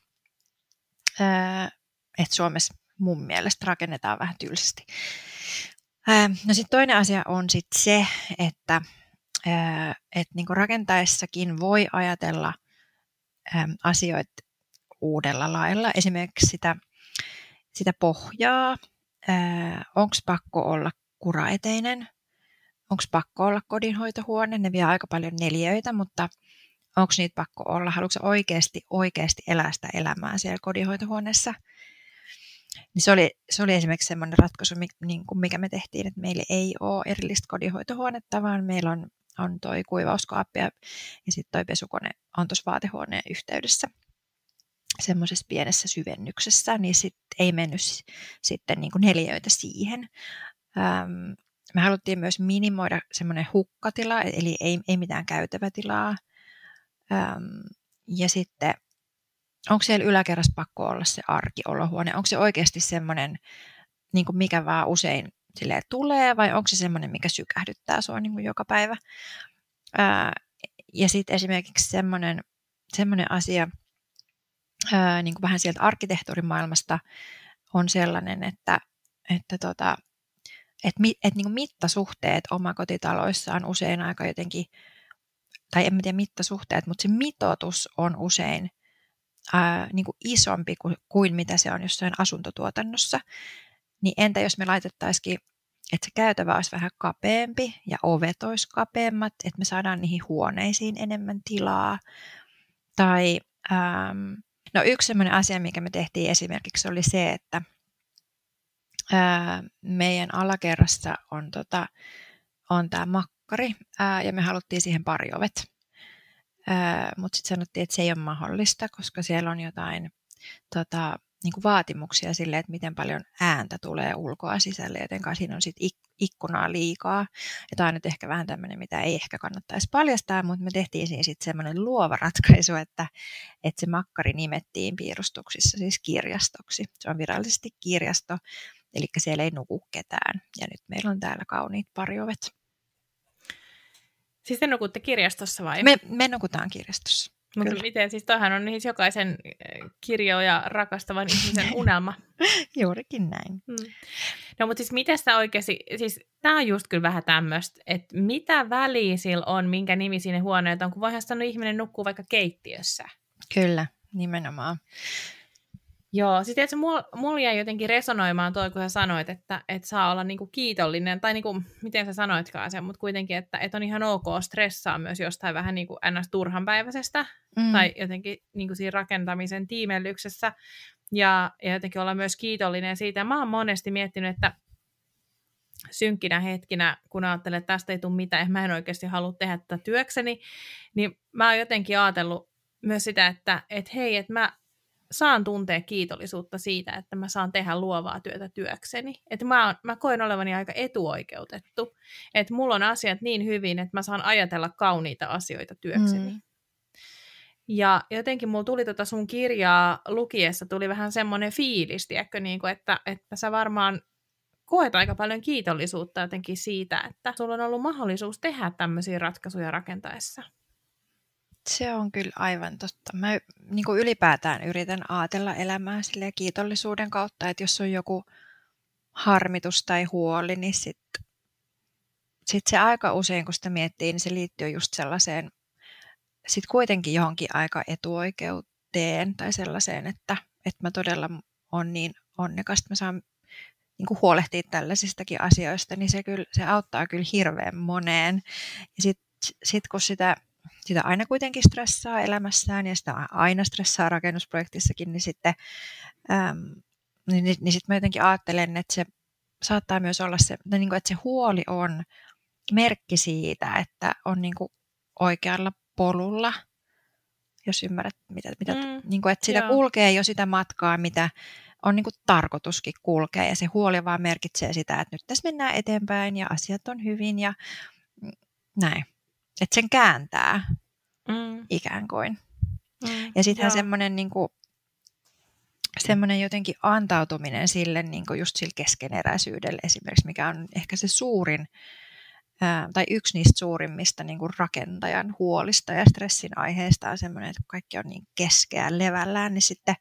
että Suomessa mun mielestä rakennetaan vähän tylsästi. No sitten toinen asia on sitten se, että, että niin kuin rakentaessakin voi ajatella asioita uudella lailla. Esimerkiksi sitä, sitä pohjaa. Onko pakko olla kuraeteinen? Onko pakko olla kodinhoitohuone? Ne vie aika paljon neliöitä, mutta onko niitä pakko olla? Haluatko oikeasti, oikeasti elää sitä elämää siellä kodinhoitohuoneessa? Niin se, oli, se oli esimerkiksi semmoinen ratkaisu, mikä me tehtiin, että meillä ei ole erillistä kodinhoitohuonetta, vaan meillä on, on toi kuivauskaappi ja, ja sitten toi pesukone on tuossa vaatehuoneen yhteydessä. Semmoisessa pienessä syvennyksessä, niin sit ei mennyt sitten niin kuin neliöitä siihen. Ähm, me haluttiin myös minimoida semmoinen hukkatila, eli ei, ei mitään käytävätilaa. Ähm, ja sitten, onko siellä yläkerrassa pakko olla se arkiolohuone? Onko se oikeasti semmoinen, niin kuin mikä vaan usein silleen tulee, vai onko se semmoinen, mikä sykähdyttää sua niin kuin joka päivä? Ää, ja sitten esimerkiksi semmoinen, semmoinen asia, ää, niin kuin vähän sieltä arkkitehtuurimaailmasta on sellainen, että, että tota, et, et niin kuin mittasuhteet omakotitaloissa on usein aika jotenkin, tai en tiedä mittasuhteet, mutta se mitoitus on usein ää, niin kuin isompi kuin, kuin mitä se on jossain asuntotuotannossa. Niin entä jos me laitettaisikin, että se käytävä olisi vähän kapeampi ja ovet olisi kapeammat, että me saadaan niihin huoneisiin enemmän tilaa. Tai ähm, no yksi sellainen asia, mikä me tehtiin esimerkiksi, oli se, että ää, meidän alakerrassa on, tota, on tämä makkari ää, ja me haluttiin siihen pariovet. Mutta sitten sanottiin, että se ei ole mahdollista, koska siellä on jotain tota, niin kuin vaatimuksia sille, että miten paljon ääntä tulee ulkoa sisälle, joten siinä on sitten ikkunaa liikaa. Ja tämä on nyt ehkä vähän tämmöinen, mitä ei ehkä kannattaisi paljastaa, mutta me tehtiin siinä sitten semmoinen luova ratkaisu, että, että se makkari nimettiin piirustuksissa siis kirjastoksi. Se on virallisesti kirjasto, eli siellä ei nuku ketään. Ja nyt meillä on täällä kauniit pariovet. Siis te nukutte kirjastossa vai? Me, me nukutaan kirjastossa. Mutta miten, siis toihan on niin jokaisen kirjoja rakastavan ihmisen unelma. Juurikin näin. Hmm. No mutta siis miten sitä oikeasti, siis tämä on just kyllä vähän tämmöistä, että mitä väliä sillä on, minkä nimi sinne huoneet on, kun voihan sanoa ihminen nukkuu vaikka keittiössä. Kyllä, nimenomaan. Joo, siis tiedätkö, mulla, mulla jäi jotenkin resonoimaan toi, kun sä sanoit, että, että saa olla niinku kiitollinen, tai niinku, miten sä sanoitkaan sen, mutta kuitenkin, että, että on ihan ok stressaa myös jostain vähän niin kuin ns. Turhanpäiväisestä, mm. tai jotenkin niinku siinä rakentamisen tiimellyksessä, ja, ja jotenkin olla myös kiitollinen siitä. Ja mä oon monesti miettinyt, että synkkinä hetkinä, kun ajattelen, että tästä ei tule mitään, että mä en oikeasti halua tehdä tätä työkseni, niin mä oon jotenkin ajatellut myös sitä, että et hei, että mä saan tuntea kiitollisuutta siitä, että mä saan tehdä luovaa työtä työkseni. Että mä, on, mä koen olevani aika etuoikeutettu. Että mulla on asiat niin hyvin, että mä saan ajatella kauniita asioita työkseni. Mm. Ja jotenkin mulla tuli tota sun kirjaa lukiessa, tuli vähän semmoinen fiilis, tiedätkö, niin kuin, että, että sä varmaan koet aika paljon kiitollisuutta jotenkin siitä, että sulla on ollut mahdollisuus tehdä tämmöisiä ratkaisuja rakentaessa. Se on kyllä aivan totta. Mä niin kuin ylipäätään yritän ajatella elämää silleen kiitollisuuden kautta, että jos on joku harmitus tai huoli, niin sitten sit se aika usein, kun sitä miettii, niin se liittyy just sellaiseen, sitten kuitenkin johonkin aika etuoikeuteen tai sellaiseen, että, että mä todella on niin onnekas, että mä saan niin kuin huolehtia tällaisistakin asioista, niin se, kyllä, se auttaa kyllä hirveän moneen. Ja sitten sit kun sitä Sitä aina kuitenkin stressaa elämässään ja sitä aina stressaa rakennusprojektissakin, niin sitten äm, niin, niin sit mä jotenkin ajattelen, että se saattaa myös olla se, niin kuin, että se huoli on merkki siitä, että on niin kuin oikealla polulla, jos ymmärrät, mitä, mitä, mm, niin kuin, että sitä joo. kulkee jo sitä matkaa, mitä on niin kuin tarkoituskin kulkea ja se huoli vaan merkitsee sitä, että nyt tässä mennään eteenpäin ja asiat on hyvin ja näin. Että sen kääntää mm. ikään kuin. Mm, ja sittenhän semmoinen niinku, semmoinen jotenkin antautuminen sille niinku just sille keskeneräisyydelle esimerkiksi, mikä on ehkä se suurin ää, tai yksi niistä suurimmista niinku rakentajan huolista ja stressin aiheista on semmoinen, että kaikki on niin keskeä levällään, niin sitten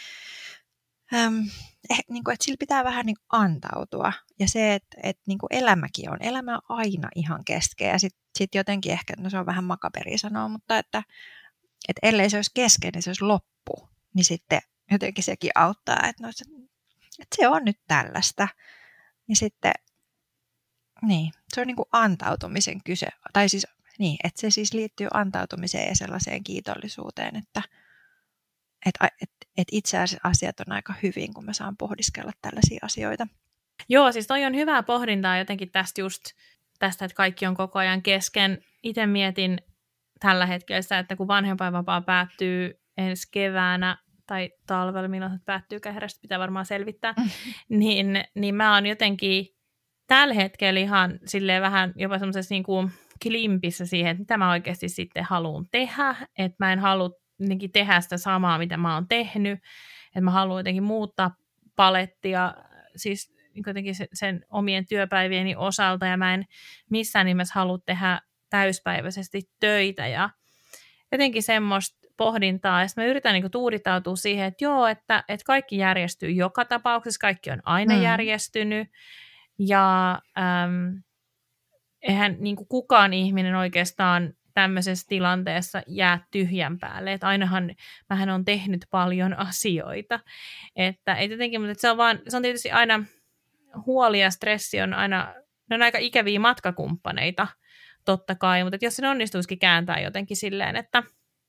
äm, eh, niinku, että sillä pitää vähän niinku antautua. Ja se, että et, niinku elämäkin on, elämä on aina ihan keskeä ja sitten Sitten jotenkin ehkä, no se on vähän makaperi sanoa, mutta että, että ellei se olisi kesken, niin se olisi loppu. Niin sitten jotenkin sekin auttaa, että, no se, että se on nyt tällaista. Niin sitten, niin, se on niin kuin antautumisen kyse. Tai siis, niin, että se siis liittyy antautumiseen ja sellaiseen kiitollisuuteen, että, että, että, että itse asiassa asiat on aika hyvin, kun mä saan pohdiskella tällaisia asioita. Joo, siis toi on hyvää pohdintaa jotenkin tästä just, tästä, että kaikki on koko ajan kesken. Itse mietin tällä hetkellä, että kun vanhempainvapaa päättyy ensi keväänä tai talvella, milloin se päättyy, herästä pitää varmaan selvittää, niin, niin mä oon jotenkin tällä hetkellä ihan silleen vähän jopa semmoisessa niin kuin klimpissä siihen, että mitä mä oikeasti sitten haluan tehdä, että mä en halua jotenkin tehdä sitä samaa, mitä mä oon tehnyt, että mä haluan jotenkin muuttaa palettia, siis jotenkin sen omien työpäivieni osalta, ja mä en missään nimessä halua tehdä täyspäiväisesti töitä, ja jotenkin semmoista pohdintaa, ja sitten mä yritän niinku tuudittautua siihen, että joo, että, että kaikki järjestyy joka tapauksessa, kaikki on aina mm. järjestynyt, ja äm, eihän niinku kukaan ihminen oikeastaan tämmöisessä tilanteessa jää tyhjän päälle, että ainahan mähän on tehnyt paljon asioita, että ei jotenkin, mutta se on vaan, se on tietysti aina huoli ja stressi on aina, ne on aika ikäviä matkakumppaneita, totta kai, mutta jos se onnistuisikin kääntää jotenkin silleen, että,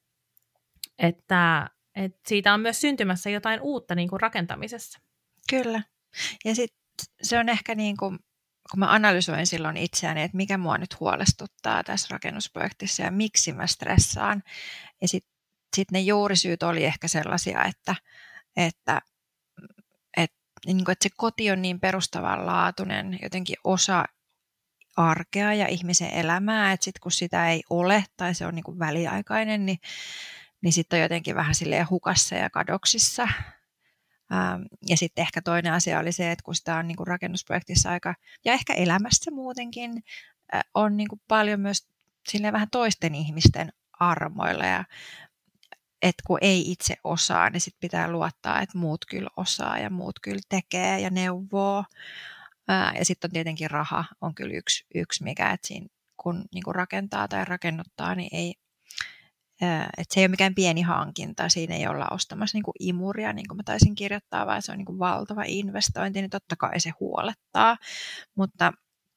että, että siitä on myös syntymässä jotain uutta niin kuin rakentamisessa. Kyllä. Ja sitten se on ehkä niin kuin, kun mä analysoin silloin itseäni, että mikä mua nyt huolestuttaa tässä rakennusprojektissa ja miksi mä stressaan. Ja sitten sit ne juurisyyt oli ehkä sellaisia, että, että, että, niin kuin, että se koti on niin perustavanlaatuinen jotenkin osa arkea ja ihmisen elämää, että sitten kun sitä ei ole tai se on niin kuin väliaikainen, niin, niin sitten on jotenkin vähän silleen hukassa ja kadoksissa. Ähm, ja sitten ehkä toinen asia oli se, että kun sitä on niin kuin rakennusprojektissa aika, ja ehkä elämässä muutenkin, äh, on niin kuin paljon myös silleen vähän toisten ihmisten armoilla, ja että kun ei itse osaa, niin sitten pitää luottaa, että muut kyllä osaa ja muut kyllä tekee ja neuvoo. Ja sitten on tietenkin raha, on kyllä yksi, yksi mikä, että siinä, kun niin kuin rakentaa tai rakennuttaa, niin ei, että se ei ole mikään pieni hankinta, siinä ei olla ostamassa niin kuin imuria, niin kuin mä taisin kirjoittaa, vaan se on niin kuin valtava investointi, niin totta kai se huolettaa, mutta,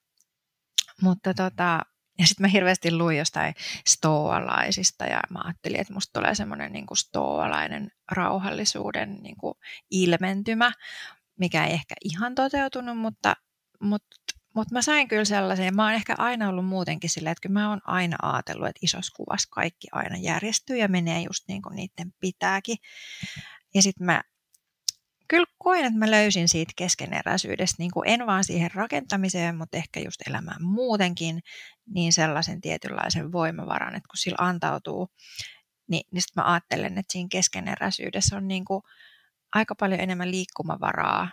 mutta tota, ja sitten mä hirveästi luin jostain stoalaisista, ja mä ajattelin, että musta tulee semmoinen niin kuin stoalainen rauhallisuuden niin kuin ilmentymä, mikä ei ehkä ihan toteutunut, mutta, mutta, mutta mä sain kyllä sellaisen, ja mä oon ehkä aina ollut muutenkin silleen, että kyllä mä oon aina ajatellut, että isossa kuvassa kaikki aina järjestyy ja menee just niin kuin niiden pitääkin. Ja sitten mä kyllä koin, että mä löysin siitä keskeneräisyydestä, niin kuin en vaan siihen rakentamiseen, mutta ehkä just elämään muutenkin, niin sellaisen tietynlaisen voimavaran, että kun sillä antautuu, niin, niin sitten mä ajattelen, että siinä keskeneräisyydessä on niin kuin aika paljon enemmän liikkumavaraa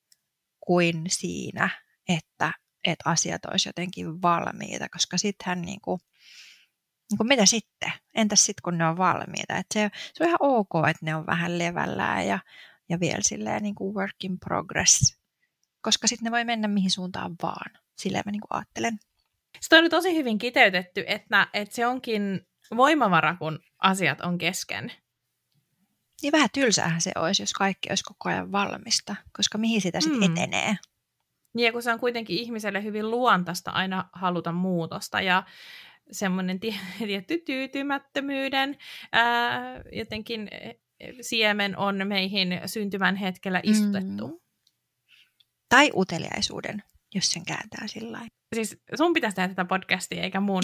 kuin siinä, että, että asiat olisi jotenkin valmiita, koska sittenhän niin kuin, niin kuin mitä sitten? Entäs sitten, kun ne on valmiita? Että se, se on ihan ok, että ne on vähän levällään ja, ja vielä silleen niin kuin work in progress, koska sitten ne voi mennä mihin suuntaan vaan. Silleen mä niin kuin ajattelen. Se on nyt tosi hyvin kiteytetty, että, että se onkin voimavara, kun asiat on kesken. Niin vähän tylsäähän se olisi, jos kaikki olisi koko ajan valmista, koska mihin sitä sitten mm. etenee. Niin, ja kun se on kuitenkin ihmiselle hyvin luontaista aina haluta muutosta, ja semmoinen tietty tyytymättömyyden ää, jotenkin siemen on meihin syntymän hetkellä istutettu. Mm. Tai uteliaisuuden, jos sen kääntää sillä lailla. Siis sun pitäisi tehdä tätä podcastia, eikä mun.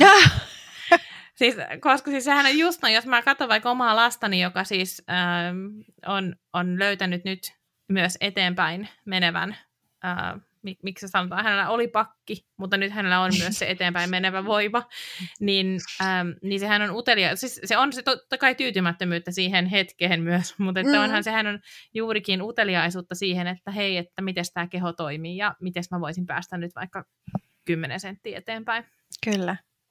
Siis, koska siis sehän on just noin, jos mä katson vaikka omaa lastani, joka siis ähm, on, on löytänyt nyt myös eteenpäin menevän, äh, mik, miksi sanotaan, hänellä oli pakki, mutta nyt hänellä on myös se eteenpäin menevä voima, niin, ähm, niin sehän on utelia, siis se on se totta kai tyytymättömyyttä siihen hetkeen myös, mutta että mm. onhan sehän on juurikin uteliaisuutta siihen, että hei, että miten tämä keho toimii ja miten mä voisin päästä nyt vaikka kymmenen senttiä eteenpäin. Kyllä.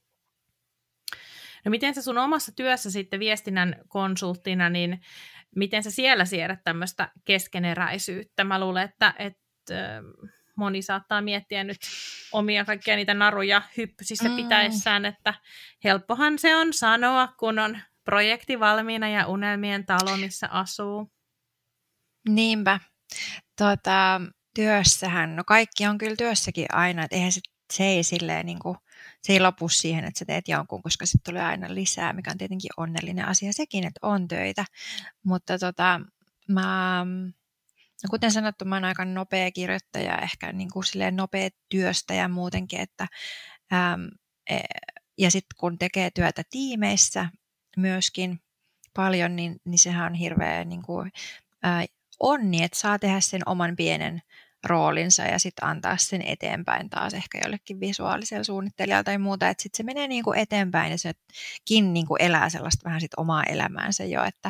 No miten sä sun omassa työssä sitten viestinnän konsulttina, niin miten sä siellä siedät tämmöistä keskeneräisyyttä? Mä luulen, että, että moni saattaa miettiä nyt omia kaikkia niitä naruja hyppysissä mm. pitäessään, että helppohan se on sanoa, kun on projekti valmiina ja unelmien talo, missä asuu. Niinpä. Tota, työssähän, no kaikki on kyllä työssäkin aina, että eihän se, se ei silleen niin kuin se ei lopu siihen, että sä teet jonkun, koska sitten tulee aina lisää, mikä on tietenkin onnellinen asia sekin, että on töitä. Mutta tota, mä, no kuten sanottu, mä oon aika nopea kirjoittaja, ehkä niin kuin silleen nopea työstäjä muutenkin. Että, äm, ja sitten kun tekee työtä tiimeissä myöskin paljon, niin, niin sehän on hirveä niin kuin, ää, onni, että saa tehdä sen oman pienen roolinsa ja sitten antaa sen eteenpäin taas ehkä jollekin visuaaliselle suunnittelijalle tai muuta, että sitten se menee niin kuin eteenpäin ja sekin niin kuin elää sellaista vähän sit omaa elämäänsä jo, että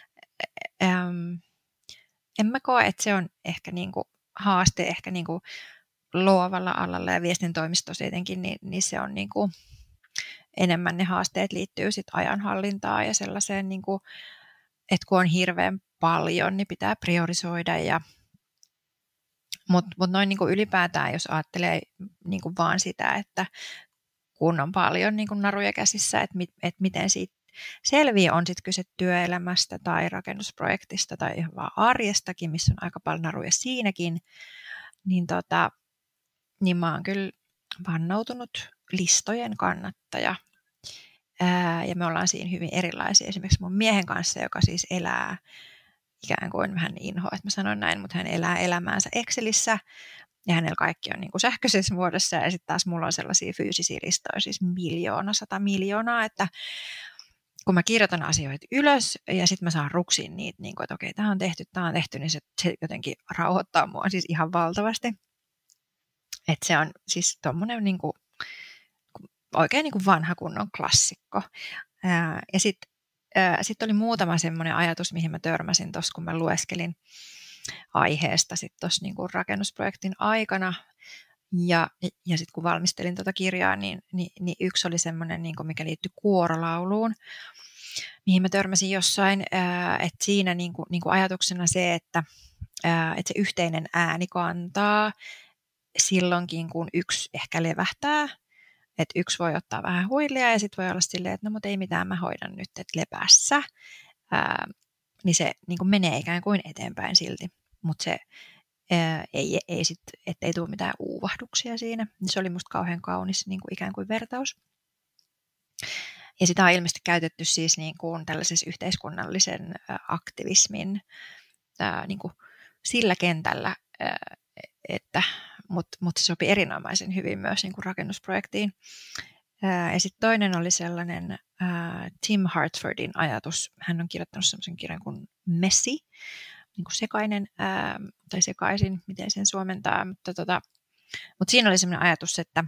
äm, en mä koe, että se on ehkä niin kuin haaste ehkä niin kuin luovalla alalla ja viestintoimistossa etenkin, niin, niin se on niin kuin enemmän ne haasteet liittyy sit ajanhallintaan ja sellaiseen, niin kuin, että kun on hirveän paljon, niin pitää priorisoida ja Mutta mut noin niinku ylipäätään, jos ajattelee niinku vaan sitä, että kun on paljon niinku naruja käsissä, että mit, et miten siitä selviää, on sitten kyse työelämästä tai rakennusprojektista tai ihan vaan arjestakin, missä on aika paljon naruja siinäkin, niin, tota, niin mä oon kyllä vannoutunut listojen kannattaja. Ää, ja me ollaan siinä hyvin erilaisia. Esimerkiksi mun miehen kanssa, joka siis elää ikään kuin vähän inho, että mä sanon näin, mutta hän elää elämäänsä Excelissä ja hänellä kaikki on niin kuin sähköisessä muodossa ja sitten taas mulla on sellaisia fyysisiä listoja, siis miljoona, sata miljoonaa, että kun mä kirjoitan asioita ylös ja sitten mä saan ruksiin niitä, niin kuin, että okei, tämä on tehty, tämä on tehty, niin se, se jotenkin rauhoittaa mua siis ihan valtavasti. Että se on siis tommonen niin kuin, oikein niin kuin vanha kunnon klassikko. Ää, ja sitten Sitten oli muutama semmoinen ajatus, mihin mä törmäsin tuossa, kun mä lueskelin aiheesta sitten tuossa niin kuin rakennusprojektin aikana. Ja, ja sitten kun valmistelin tuota kirjaa, niin, niin, niin yksi oli semmoinen, niin kuin mikä liittyi kuorolauluun, mihin mä törmäsin jossain, että siinä niin kuin, niin kuin ajatuksena se, että, että se yhteinen ääni kantaa silloinkin, kun yksi ehkä levähtää. Että yksi voi ottaa vähän huilia ja sitten voi olla silleen, että no mutta ei mitään, mä hoidan nyt, että lepäässä. Ää, niin se niin kuin menee ikään kuin eteenpäin silti, mutta se ää, ei, ei, sit, et ei tule mitään uuvahduksia siinä. Se oli musta kauhean kaunis niin kuin ikään kuin vertaus. Ja sitä on ilmeisesti käytetty siis niin kuin tällaisessa yhteiskunnallisen aktivismin ää, niin kuin sillä kentällä, ää, että mutta mut se sopi erinomaisen hyvin myös niin kuin rakennusprojektiin. Ää, ja sitten toinen oli sellainen ää, Tim Hartfordin ajatus. Hän on kirjoittanut sellaisen kirjan kuin Messy, niin kuin sekainen, ää, tai sekaisin, miten sen suomentaa. Mutta, tota, mutta siinä oli sellainen ajatus, että,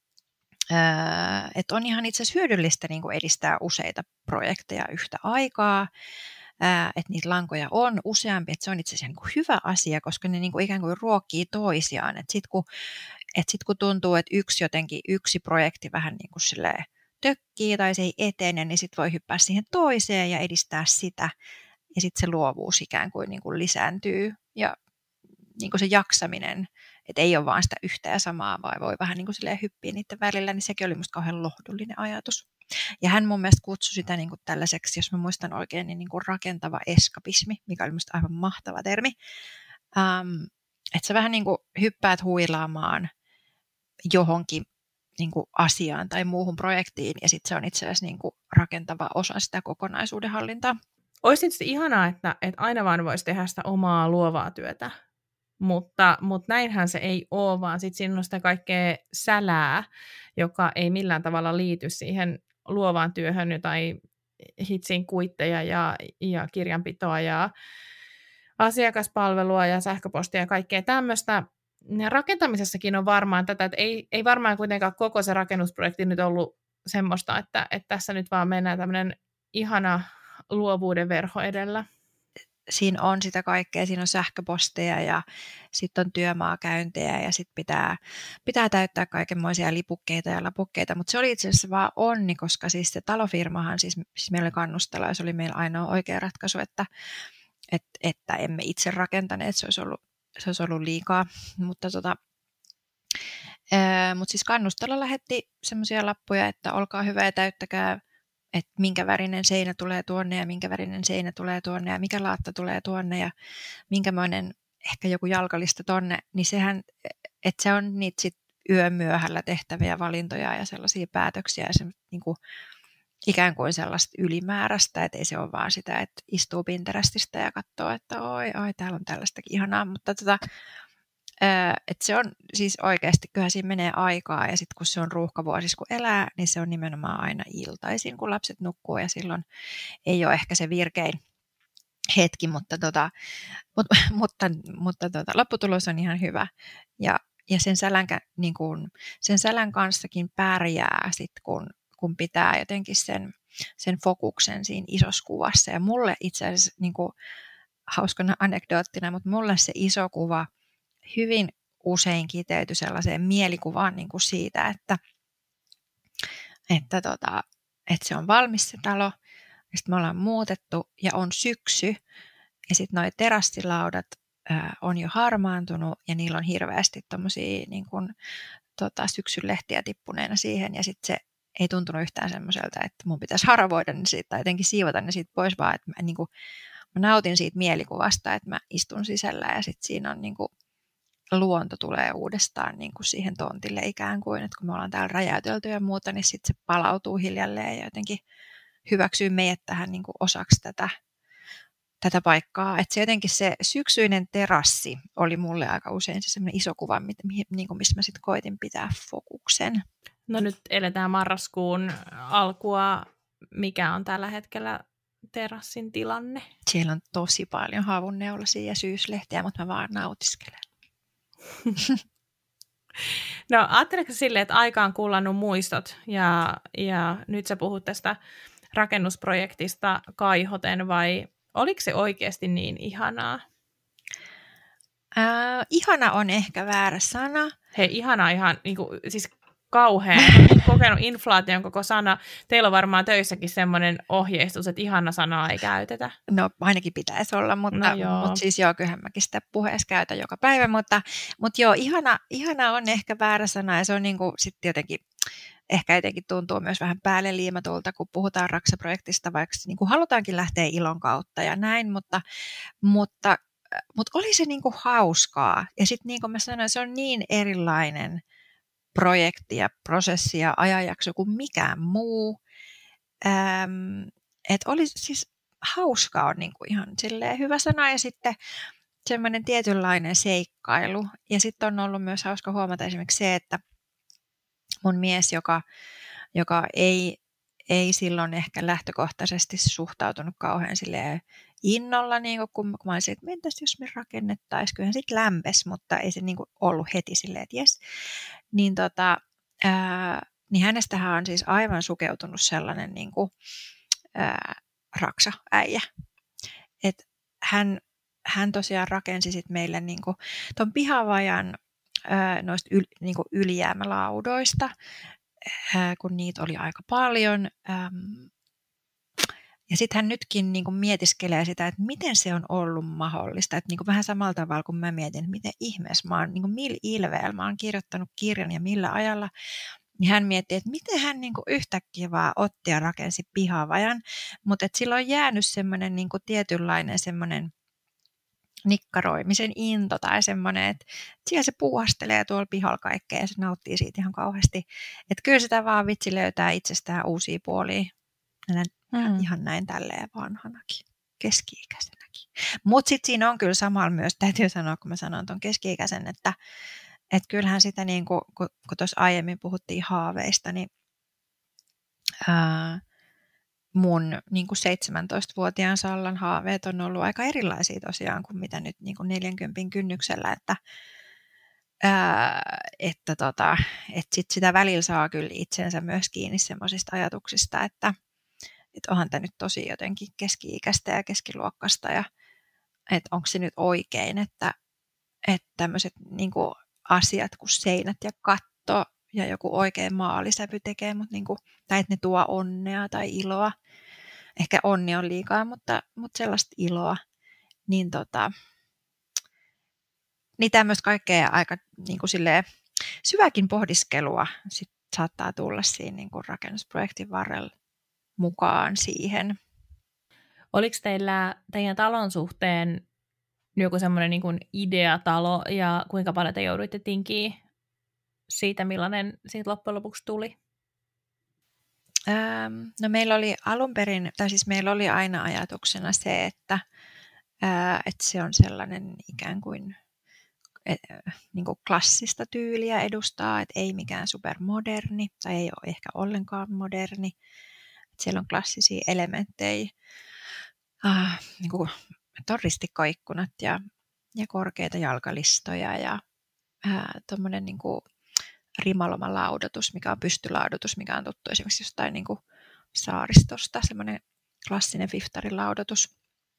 ää, että on ihan itse asiassa hyödyllistä niin kuin edistää useita projekteja yhtä aikaa. Että niitä lankoja on useampi, että se on itse asiassa niin hyvä asia, koska ne niin kuin ikään kuin ruokkii toisiaan. Että sitten kun, et sit kun tuntuu, että yksi jotenkin yksi projekti vähän niin kuin silleen tökkii tai se ei etene, niin sitten voi hyppää siihen toiseen ja edistää sitä. Ja sitten se luovuus ikään kuin, niin kuin lisääntyy ja niin kuin se jaksaminen, että ei ole vaan sitä yhtä ja samaa, vaan voi vähän niin kuin silleen hyppiä niiden välillä, niin sekin oli musta kauhean lohdullinen ajatus. Ja hän mun mielestä kutsui sitä niin kuin tällaiseksi, jos mä muistan oikein, niin, niin kuin rakentava eskapismi, mikä oli musta aivan mahtava termi. Ähm, että sä vähän niin kuin hyppäät huilaamaan johonkin niin kuin asiaan tai muuhun projektiin, ja sitten se on itse asiassa niin kuin rakentava osa sitä kokonaisuuden hallintaa. Olisi tietysti ihanaa, että, että aina vaan voisi tehdä sitä omaa luovaa työtä, mutta, mutta näinhän se ei ole, vaan sitten siinä on sitä kaikkea sälää, joka ei millään tavalla liity siihen luovaan työhön tai hitsin kuitteja ja, ja kirjanpitoa ja asiakaspalvelua ja sähköpostia ja kaikkea tämmöistä. Rakentamisessakin on varmaan tätä, että ei, ei varmaan kuitenkaan koko se rakennusprojekti nyt ollut semmoista, että, että tässä nyt vaan mennään tämmöinen ihana luovuuden verho edellä. Siinä on sitä kaikkea, siinä on sähköposteja ja sitten on työmaakäyntejä ja sitten pitää, pitää täyttää kaikenmoisia lipukkeita ja lapukkeita, mutta se oli itse asiassa vaan onni, koska siis se talofirmahan, siis, siis meillä oli kannustella ja se oli meillä ainoa oikea ratkaisu, että, että, että emme itse rakentaneet, se olisi ollut, se olisi ollut liikaa, mutta tota, ää, mutta siis kannustella lähetti semmoisia lappuja, että olkaa hyvä ja täyttäkää, että minkä värinen seinä tulee tuonne ja minkä värinen seinä tulee tuonne ja mikä laatta tulee tuonne ja minkämoinen ehkä joku jalkalista tonne, niin sehän, että se on niitä sit yömyöhällä tehtäviä valintoja ja sellaisia päätöksiä ja se niin kuin, ikään kuin sellaista ylimääräistä, että ei se ole vaan sitä, että istuu Pinterestistä ja katsoo, että oi, oi, täällä on tällaistakin ihanaa, mutta tota, että se on siis oikeasti, kyllähän siinä menee aikaa ja sitten kun se on ruuhkavuosissa kun elää, niin se on nimenomaan aina iltaisin, kun lapset nukkuu ja silloin ei ole ehkä se virkein hetki, mutta, tota, mutta, mutta, mutta tota, lopputulos on ihan hyvä. Ja, ja sen, sälän, niin kuin, sen sälän kanssakin pärjää, sit kun, kun pitää jotenkin sen, sen fokuksen siinä isossa kuvassa. Ja mulle itse asiassa, niin kuin, hauskana anekdoottina, mutta mulle se iso kuva hyvin usein kiteytyi sellaiseen mielikuvaan niin kuin siitä, että, että, tota, että se on valmis se talo, ja sitten me ollaan muutettu ja on syksy, ja sitten nuo terassilaudat ää, on jo harmaantunut, ja niillä on hirveästi tommosia niin kuin, tota, syksyn lehtiä tippuneena siihen, ja sitten se ei tuntunut yhtään semmoiselta, että mun pitäisi haravoida ne siitä, tai jotenkin siivota ne siitä pois, vaan että mä, niin kuin, mä nautin siitä mielikuvasta, että mä istun sisällä, ja sitten siinä on niin kuin, luonto tulee uudestaan niin kuin siihen tontille ikään kuin, että kun me ollaan täällä räjäytelty ja muuta, niin sitten se palautuu hiljalleen ja jotenkin hyväksyy meidät tähän niin kuin osaksi tätä, tätä paikkaa. Että se jotenkin se syksyinen terassi oli mulle aika usein se semmoinen iso kuva, niin kuin missä mä sitten koitin pitää fokuksen. No nyt eletään marraskuun alkua. Mikä on tällä hetkellä terassin tilanne? Siellä on tosi paljon havunneulasia ja syyslehtiä, mutta mä vaan nautiskelen. No ajatteletko silleen, että aika on kullannut muistot ja, ja nyt sä puhut tästä rakennusprojektista kaihoten vai oliko se oikeasti niin ihanaa? Äh, ihana on ehkä väärä sana. Hei, ihana ihan, niin kuin, siis kauhean. Olen kokenut inflaation koko sana. Teillä on varmaan töissäkin semmoinen ohjeistus, että ihana sanaa ei käytetä. No ainakin pitäisi olla, mutta, no mutta siis joo, kyllähän mäkin sitä puheessa käytän joka päivä. Mutta, mutta joo, ihana, ihana on ehkä väärä sana ja se on niin kuin sitten jotenkin, ehkä jotenkin tuntuu myös vähän päälle liimatulta, kun puhutaan Raksa-projektista, vaikka niin kuin halutaankin lähteä ilon kautta ja näin, mutta, mutta, mutta oli se niin kuin hauskaa. Ja sitten niin kuin mä sanoin, se on niin erilainen projekti ja prosessi ja ajanjakso kuin mikään muu. Ähm, että oli siis hauskaa on niin kuin ihan silleen hyvä sana ja sitten semmoinen tietynlainen seikkailu. Ja sitten on ollut myös hauska huomata esimerkiksi se, että mun mies, joka, joka ei, ei silloin ehkä lähtökohtaisesti suhtautunut kauhean silleen innolla, niin kun, kun mä olisin, että mentäs jos me rakennettaisiin, kyllähän sitten lämpes, mutta ei se niin kuin ollut heti silleen, että jes. Niin, tota, ää, niin hänestähän on siis aivan sukeutunut sellainen niin kuin, ää, raksa-äijä. Et hän, hän tosiaan rakensi sit meille niin kuin ton pihavajan ää, noista yl, niin kuin ylijäämälaudoista, ää, kun niitä oli aika paljon. Äm, Ja sitten hän nytkin niin kuin mietiskelee sitä, että miten se on ollut mahdollista. Että niin kuin vähän samalla tavalla kuin mä mietin, että miten ihmeessä mä oon, niin kuin millä ilveellä mä oon kirjoittanut kirjan ja millä ajalla. Niin hän miettii, että miten hän niin kuin yhtäkkiä vaan otti ja rakensi pihavajan. Mutta sillä on jäänyt semmoinen niin kuin tietynlainen semmoinen nikkaroimisen into tai semmoinen, että siellä se puuhastelee tuolla pihalla kaikkea ja se nauttii siitä ihan kauheasti. Että kyllä sitä vaan vitsi löytää itsestään uusia puolia. Mm. Ihan näin tälleen vanhanakin, keski-ikäisenäkin. Mutta sitten siinä on kyllä samalla myös, täytyy sanoa, kun mä sanon tuon keski-ikäisen, että et kyllähän sitä, niin kun, kun tuossa aiemmin puhuttiin haaveista, niin ää, mun niin kuin seitsemäntoistavuotiaan Sallan haaveet on ollut aika erilaisia tosiaan kuin mitä nyt niin kuin neljänkympin kynnyksellä, että, ää, että, tota, että sit sitä välillä saa kyllä itsensä myös kiinni semmoisista ajatuksista, että että onhan tämä nyt tosi jotenkin keski-ikäistä ja keskiluokkasta ja että onko se nyt oikein, että, että tämmöiset niin kuin asiat kuin seinät ja katto ja joku oikein maalisävy tekee, mutta niin kuin, tai että ne tuo onnea tai iloa. Ehkä onni on liikaa, mutta, mutta sellaista iloa. Niin, tota, niin tämmöistä kaikkea aika niin kuin silleen, syväkin pohdiskelua sit saattaa tulla siinä niin kuin rakennusprojektin varrella mukaan siihen. Oliko teillä teidän talon suhteen joku semmoinen niin kuin ideatalo ja kuinka paljon te jouduitte tinkiä siitä, millainen siitä loppujen lopuksi tuli? Ähm, no meillä oli alun perin, tai siis meillä oli aina ajatuksena se, että, ää, että se on sellainen ikään kuin, et, niin kuin klassista tyyliä edustaa, että ei mikään supermoderni tai ei ole ehkä ollenkaan moderni. Siellä on klassisia elementtejä, äh, niin kuin on ristikkoikkunat ja, ja korkeita jalkalistoja ja tuommoinen niin kuin rimalomalaudotus, mikä on pystylaudotus, mikä on tuttu esimerkiksi jostain niin kuin saaristosta, semmoinen klassinen fiftarilaudotus.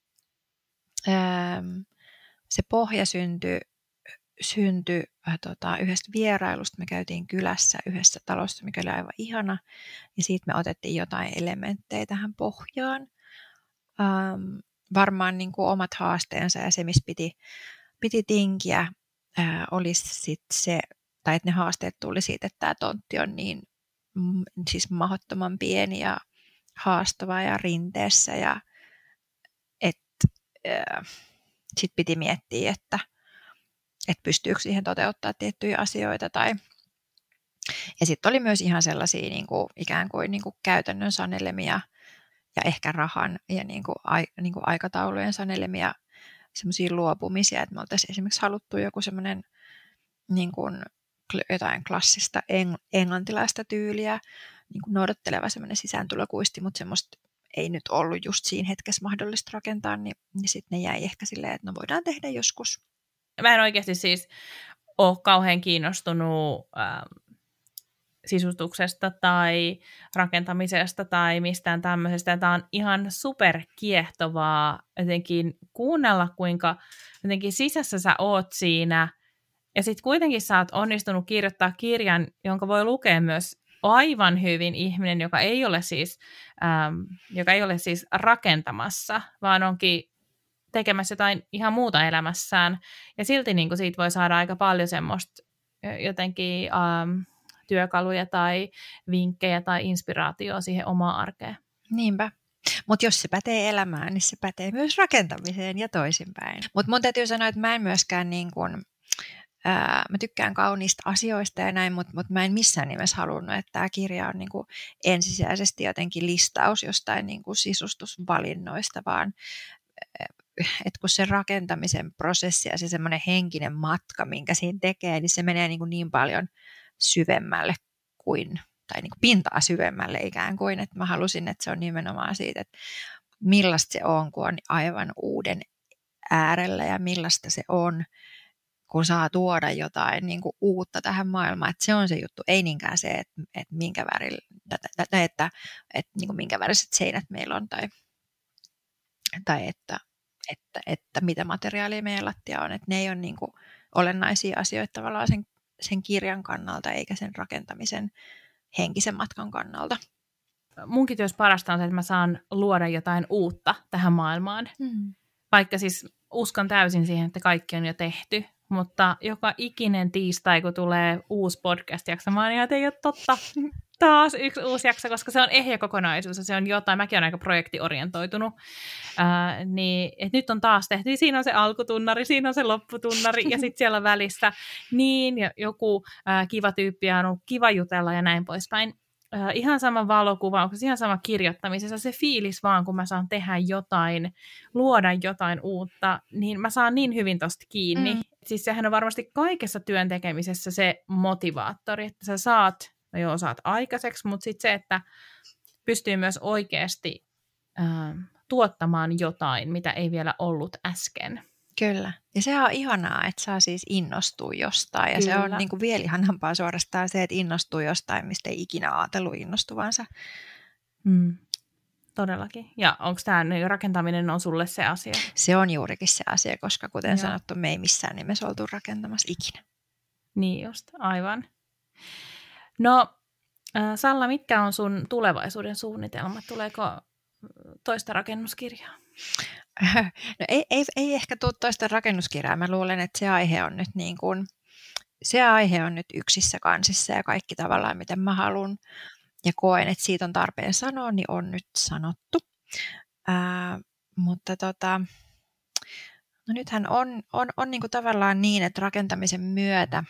Se pohja syntyi, syntyi äh, tota, yhdestä vierailusta. Me käytiin kylässä yhdessä talossa, mikä oli aivan ihana. Ja siitä me otettiin jotain elementtejä tähän pohjaan. Ähm, varmaan niin kuin omat haasteensa ja se, missä piti, piti tinkiä, äh, olisi sit se, tai että ne haasteet tuli siitä, että tämä tontti on niin mm, siis mahdottoman pieni ja haastava ja rinteessä. Ja että äh, sitten piti miettiä, että että pystyykö siihen toteuttaa tiettyjä asioita. Tai... Ja sitten oli myös ihan sellaisia niin kuin, ikään kuin, niin kuin käytännön sanelemia ja ehkä rahan ja niin kuin, ai, niin kuin aikataulujen sanelemia semmoisia luopumisia, että me oltaisiin esimerkiksi haluttu joku semmoinen niin kuin, jotain klassista eng, englantilaista tyyliä, niin kuin noudatteleva semmoinen sisääntulokuisti, mutta semmoista ei nyt ollut just siinä hetkessä mahdollista rakentaa, niin, niin sitten ne jäi ehkä silleen, että no voidaan tehdä joskus. Mä en oikeasti siis ole kauhean kiinnostunut ähm, sisustuksesta tai rakentamisesta tai mistään tämmöisestä. Tämä on ihan superkiehtovaa jotenkin kuunnella, kuinka jotenkin sisässä sä oot siinä. Ja sitten kuitenkin sä oot onnistunut kirjoittaa kirjan, jonka voi lukea myös aivan hyvin ihminen, joka ei ole siis, ähm, joka ei ole siis rakentamassa, vaan onkin tekemässä jotain ihan muuta elämässään. Ja silti niin kuin siitä voi saada aika paljon semmoista jotenkin ähm, työkaluja tai vinkkejä tai inspiraatioa siihen omaan arkeen. Niinpä. Mutta jos se pätee elämään, niin se pätee myös rakentamiseen ja toisinpäin. Mutta mun täytyy sanoa, että mä en myöskään niin kuin, ää, mä tykkään kauniista asioista ja näin, mutta mut mä en missään nimessä halunnut, että tämä kirja on niin kuin ensisijaisesti jotenkin listaus jostain niin kuin sisustusvalinnoista, vaan että kun se rakentamisen prosessi ja se semmoinen henkinen matka, minkä siinä tekee, niin se menee niin, kuin niin paljon syvemmälle kuin, tai niin kuin pintaa syvemmälle ikään kuin, että mä halusin, että se on nimenomaan siitä, että millaista se on, kun on aivan uuden äärellä ja millaista se on, kun saa tuoda jotain niin kuin uutta tähän maailmaan, että se on se juttu, ei niinkään se, että, että minkä värillä, että, että, että, että niin kuin minkä väriset seinät meillä on, tai, tai että Että, että mitä materiaalia meidän lattia on. Että ne ei ole niin kuin olennaisia asioita tavallaan sen, sen kirjan kannalta eikä sen rakentamisen henkisen matkan kannalta. Munkin työssä parasta on se, että mä saan luoda jotain uutta tähän maailmaan. Mm. Vaikka siis uskon täysin siihen, että kaikki on jo tehty. Mutta joka ikinen tiistai, kun tulee uusi podcast-jakso, mä oon ihan, että ei ole totta. Taas yksi uusi jakso, koska se on ehjä kokonaisuus ja se on jotain, mäkin olen aika projektiorientoitunut, ää, niin et nyt on taas tehty, siinä on se alkutunnari, siinä on se lopputunnari ja sitten siellä välissä niin ja joku ää, kiva tyyppi on ollut kiva jutella ja näin poispäin. Ää, ihan sama valokuvauksessa, ihan sama kirjoittamisessa, se fiilis vaan, kun mä saan tehdä jotain, luoda jotain uutta, niin mä saan niin hyvin tosta kiinni. Mm. Siis sehän on varmasti kaikessa työn tekemisessä se motivaattori, että sä saat no joo, saat aikaiseksi, mutta sitten se, että pystyy myös oikeasti ää, tuottamaan jotain, mitä ei vielä ollut äsken. Kyllä. Ja se on ihanaa, että saa siis innostua jostain. Ja Kyllä. se on niin kuin vielä ihanampaa suorastaan se, että innostuu jostain, mistä ei ikinä ajatellut innostuvansa. Mm. Todellakin. Ja onko tämä rakentaminen on sulle se asia? Se on juurikin se asia, koska kuten Joo. sanottu, me ei missään nimessä oltu rakentamassa ikinä. Niin just, aivan. No Salla, mitkä on sun tulevaisuuden suunnitelmat? Tuleeko toista rakennuskirjaa? No ei, ei, ei ehkä tule toista rakennuskirjaa. Mä luulen, että se aihe on nyt niin kuin, se aihe on nyt yksissä kansissa ja kaikki tavallaan, mitä mä haluan ja koen, että siitä on tarpeen sanoa, niin on nyt sanottu. Ää, mutta tota, no nythän on, on, on niin kuin tavallaan niin, että rakentamisen myötä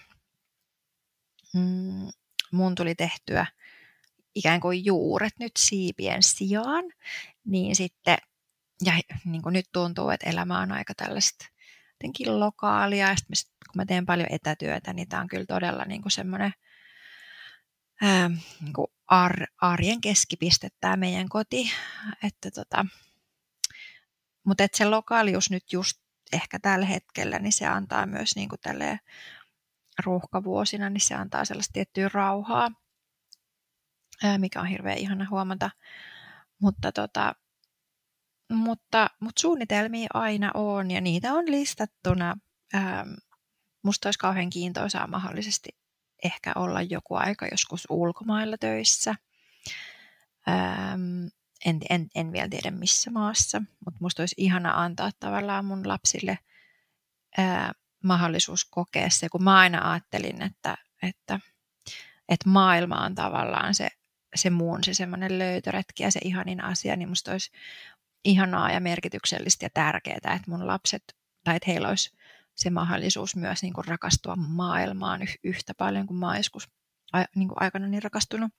mm, mun tuli tehtyä ikään kuin juuret nyt siipien sijaan, niin sitten, ja niin kuin nyt tuntuu, että elämä on aika tällaista jotenkin lokaalia, ja sitten kun mä teen paljon etätyötä, niin tämä on kyllä todella niin kuin semmoinen ää, niin kuin ar, arjen keskipiste tämä meidän koti, että tota, mutta et se lokaalius nyt just ehkä tällä hetkellä, niin se antaa myös niin kuin tälleen ruuhkavuosina, niin se antaa sellaista tiettyä rauhaa, ää, mikä on hirveän ihana huomata. Mutta, tota, mutta, mutta suunnitelmia aina on ja niitä on listattuna. Ää, musta olisi kauhean kiintoisaa mahdollisesti ehkä olla joku aika joskus ulkomailla töissä. Ähm, en, en, en vielä tiedä missä maassa, mutta musta olisi ihana antaa tavallaan mun lapsille ää, mahdollisuus kokea se, kun mä aina ajattelin, että, että, että maailma on tavallaan se, se muun, se semmoinen löytöretki ja se ihanin asia, niin musta olisi ihanaa ja merkityksellistä ja tärkeää, että mun lapset, tai että heillä olisi se mahdollisuus myös niin kuin rakastua maailmaan yhtä paljon kuin mä oon joskus niin kuin aikana niin rakastunut.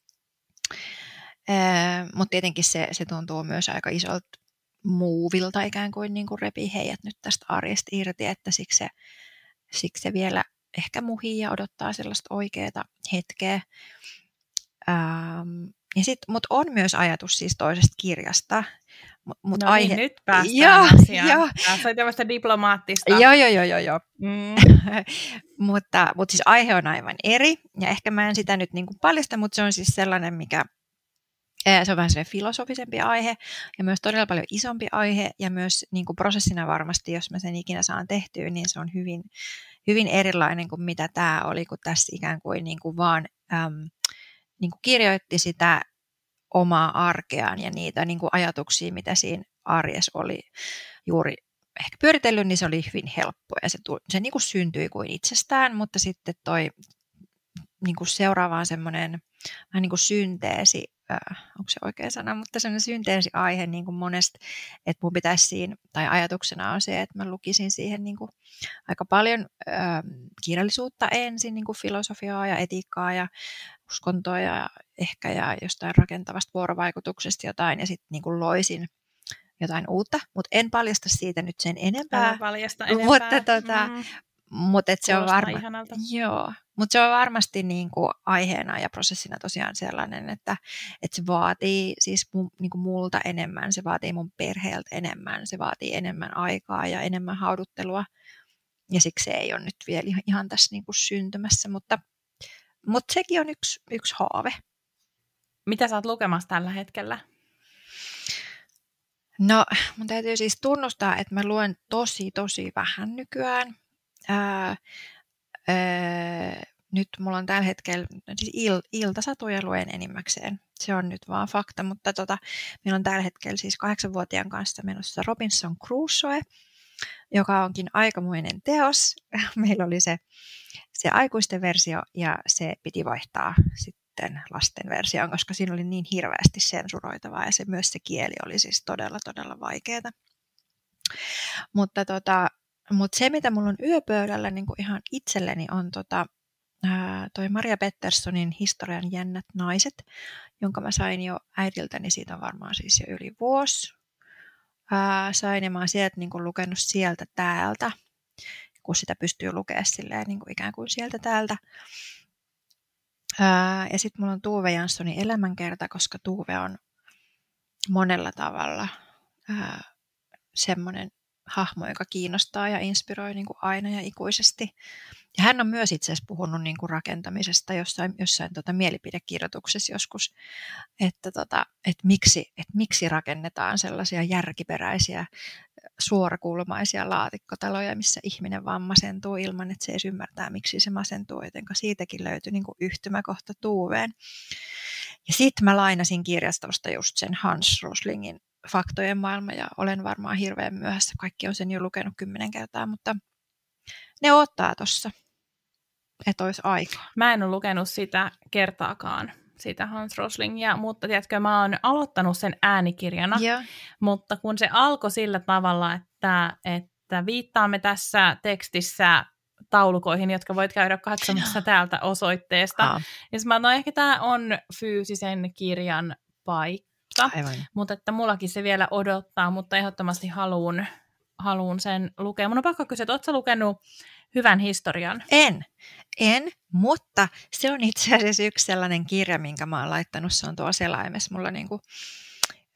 Ee, mutta tietenkin se, se tuntuu myös aika isolta muuvilta ikään kuin, niin kuin repii heidät nyt tästä arjesta irti, että siksi se, siksi se vielä ehkä muhii ja odottaa sellaista oikeaa hetkeä. Ähm, ja sit, mut on myös ajatus siis toisesta kirjasta. Mut, mut no aihe... niin, nyt päästään joo, asiaan. joo. Tässä on tämmöistä diplomaattista. Joo, joo, joo, joo. joo. Mm. mutta, mutta siis aihe on aivan eri, ja ehkä mä en sitä nyt niin kuin paljasta, mutta se on siis sellainen, mikä se on vähän sellainen filosofisempi aihe ja myös todella paljon isompi aihe ja myös niin kuin prosessina varmasti, jos mä sen ikinä saan tehtyä, niin se on hyvin, hyvin erilainen kuin mitä tämä oli, kun tässä ikään kuin, niin kuin vaan äm, niin kuin kirjoitti sitä omaa arkeaan ja niitä niin kuin ajatuksia, mitä siinä arjessa oli juuri ehkä pyöritellyt, niin se oli hyvin helppoa ja se, se niin kuin syntyi kuin itsestään, mutta sitten toi niin kuin seuraavaan semmoinen vähän niin kuin synteesi, äh, onko se oikea sana, mutta semmoinen synteesiaihe niin kuin monesta, että mun pitäisi siinä, tai ajatuksena on se, että mä lukisin siihen niin kuin aika paljon äh, kirjallisuutta ensin, niin kuin filosofiaa ja etiikkaa ja uskontoa ja ehkä ja jostain rakentavasta vuorovaikutuksesta jotain, ja sitten niin kuin loisin jotain uutta, mutta en paljasta siitä nyt sen enempää. En paljasta enempää. Mutta tota, mm. Mutta se on varma, joo, mutta se on varmasti niin kuin aiheena ja prosessina tosiaan sellainen, että, että se vaatii siis mu, niin kuin multa enemmän, se vaatii mun perheeltä enemmän, se vaatii enemmän aikaa ja enemmän hauduttelua. Ja siksi se ei ole nyt vielä ihan tässä niin kuin syntymässä, mutta, mutta sekin on yksi, yksi haave. Mitä sä oot lukemassa tällä hetkellä? No, mun täytyy siis tunnustaa, että mä luen tosi, tosi vähän nykyään. Ää, ää, nyt mulla on tällä hetkellä siis il, iltasatuja luen enimmäkseen. Se on nyt vaan fakta, mutta tota, meillä on tällä hetkellä siis kahdeksanvuotiaan kanssa menossa Robinson Crusoe, joka onkin aikamoinen teos. Meillä oli se, se aikuisten versio ja se piti vaihtaa sitten lasten versioon, koska siinä oli niin hirveästi sensuroitavaa ja se, myös se kieli oli siis todella, todella vaikeaa. Mutta tota, Mutta se, mitä mulla on yöpöydällä niin kuin ihan itselleni, on tota, ää, toi Maria Petterssonin Historian jännät naiset, jonka mä sain jo äidiltäni, siitä on varmaan siis jo yli vuosi. Ää, sain ja mä oon sieltä, niin kuin lukenut sieltä täältä, kun sitä pystyy lukemaan silleen, niin kuin ikään kuin sieltä täältä. Ää, ja sitten mulla on Tuve Janssonin elämänkerta, koska Tuve on monella tavalla ää, semmoinen hahmo, joka kiinnostaa ja inspiroi niin kuin aina ja ikuisesti. Ja hän on myös itse asiassa puhunut niin kuin rakentamisesta jossain, jossain tota mielipidekirjoituksessa joskus, että, tota, että, miksi, että miksi rakennetaan sellaisia järkiperäisiä, suorakulmaisia laatikkotaloja, missä ihminen vaan masentuu ilman, että se edes ymmärtää, miksi se masentuu, jotenka siitäkin löytyi niin kuin yhtymäkohta Tuuveen. Ja sitten mä lainasin kirjastosta just sen Hans Roslingin Faktojen maailma, ja olen varmaan hirveän myöhässä. Kaikki on sen jo lukenut kymmenen kertaa, mutta ne ottaa tossa, että olisi aikaa. Mä en ole lukenut sitä kertaakaan, sitä Hans Roslingia, mutta tiedätkö, mä oon aloittanut sen äänikirjana, ja. Mutta kun se alkoi sillä tavalla, että, että viittaamme tässä tekstissä taulukoihin, jotka voit käydä katsomassa täältä osoitteesta, ha. Ja mä no ehkä tämä on fyysisen kirjan paikka. Aivan. Mutta että mullakin se vielä odottaa, mutta ehdottomasti haluun, haluun sen lukea. Mun on pakko kysyä, että ootko sä lukenut Hyvän historian? En, en, mutta se on itse asiassa yksi sellainen kirja, minkä mä oon laittanut, se on tuo selaimessa mulla niinku,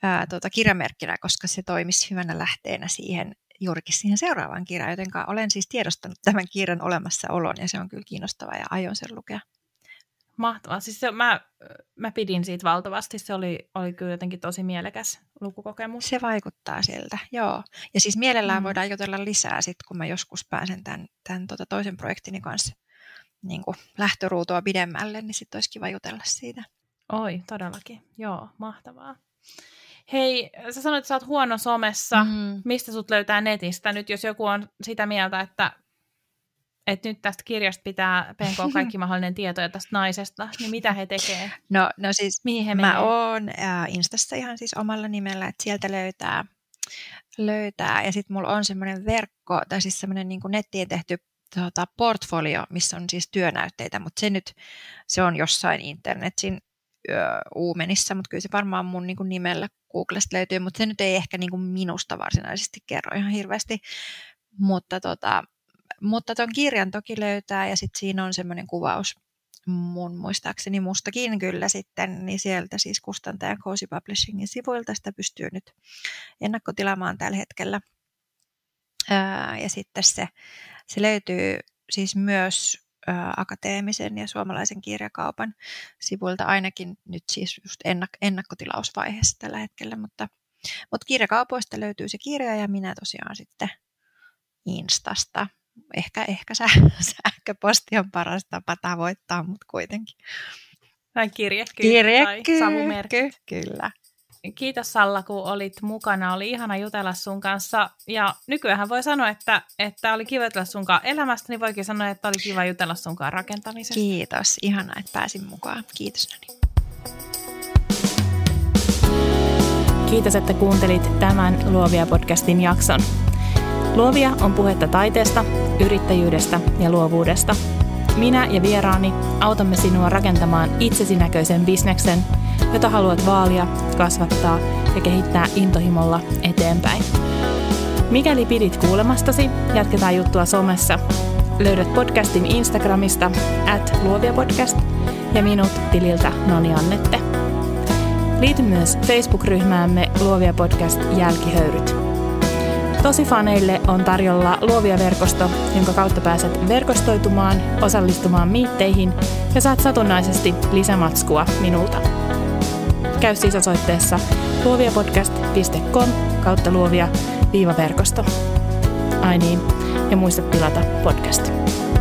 ää, tuota, kirjamerkkinä, koska se toimisi hyvänä lähteenä siihen, juurikin siihen seuraavaan kirjaan, joten olen siis tiedostanut tämän kirjan olemassaolon ja se on kyllä kiinnostavaa ja aion sen lukea. Mahtavaa. Siis se, mä, mä pidin siitä valtavasti. Se oli, oli kyllä jotenkin tosi mielekäs lukukokemus. Se vaikuttaa siltä, joo. Ja siis mielellään mm. voidaan jutella lisää sit, kun mä joskus pääsen tämän, tämän tota toisen projektini kanssa niin kuin lähtöruutua pidemmälle, niin sitten olisi kiva jutella siitä. Oi, todellakin. Joo, mahtavaa. Hei, sä sanoit, että sä oot huono somessa. Mm. Mistä sut löytää netistä? Nyt jos joku on sitä mieltä, että, että nyt tästä kirjasta pitää penkoa kaikki mahdollinen tietoja tästä naisesta, niin mitä he tekee? No, no siis mihin he mä menee? oon äh, Instassa ihan siis omalla nimellä, että sieltä löytää, löytää. Ja sitten mulla on semmoinen verkko, tai siis semmoinen niin kuin nettiin tehty tota, portfolio, missä on siis työnäytteitä, mutta se nyt, se on jossain internetin uumenissa, mutta kyllä se varmaan mun niin kuin nimellä Googlesta löytyy, mutta se nyt ei ehkä niin kuin minusta varsinaisesti kerro ihan hirveästi, mutta tota, mutta ton kirjan toki löytää ja sitten siinä on semmoinen kuvaus mun muistaakseni mustakin kyllä sitten, niin sieltä siis kustantajan Cozy Publishingin sivuilta sitä pystyy nyt ennakkotilaamaan tällä hetkellä. Ää, ja sitten se, se löytyy siis myös ää, akateemisen ja suomalaisen kirjakaupan sivuilta ainakin nyt siis just ennak- ennakkotilausvaiheessa tällä hetkellä, mutta, mutta kirjakaupoista löytyy se kirja ja minä tosiaan sitten Instasta. Ehkä, ehkä sä, sähköposti on paras tapa tavoittaa, mutta kuitenkin. Tai kirjekyy, Kirjekyy, tai savumerkki. Kyllä. Kiitos Salla, kun olit mukana. Oli ihana jutella sun kanssa. Ja nykyään voi sanoa, että, että oli kiva jutella sunkaan elämästä, niin voikin sanoa, että oli kiva jutella sunkaan rakentamisesta. Kiitos. Ihana, että pääsin mukaan. Kiitos, Nani. Kiitos, että kuuntelit tämän Luovia-podcastin jakson. Luovia on puhetta taiteesta, yrittäjyydestä ja luovuudesta. Minä ja vieraani autamme sinua rakentamaan itsesi näköisen bisneksen, jota haluat vaalia, kasvattaa ja kehittää intohimolla eteenpäin. Mikäli pidit kuulemastasi, jatketaan juttua somessa. Löydät podcastin Instagramista at luoviapodcast ja minut tililtä Noni Annette. Liity myös Facebook-ryhmäämme Luovia Podcast Jälkihöyryt. Tosi faneille on tarjolla Luovia-verkosto, jonka kautta pääset verkostoitumaan, osallistumaan miitteihin ja saat satunnaisesti lisämatskua minulta. Käy siis osoitteessa luoviapodcast piste com kautta luovia-verkosto. Ai niin, ja muista tilata podcast.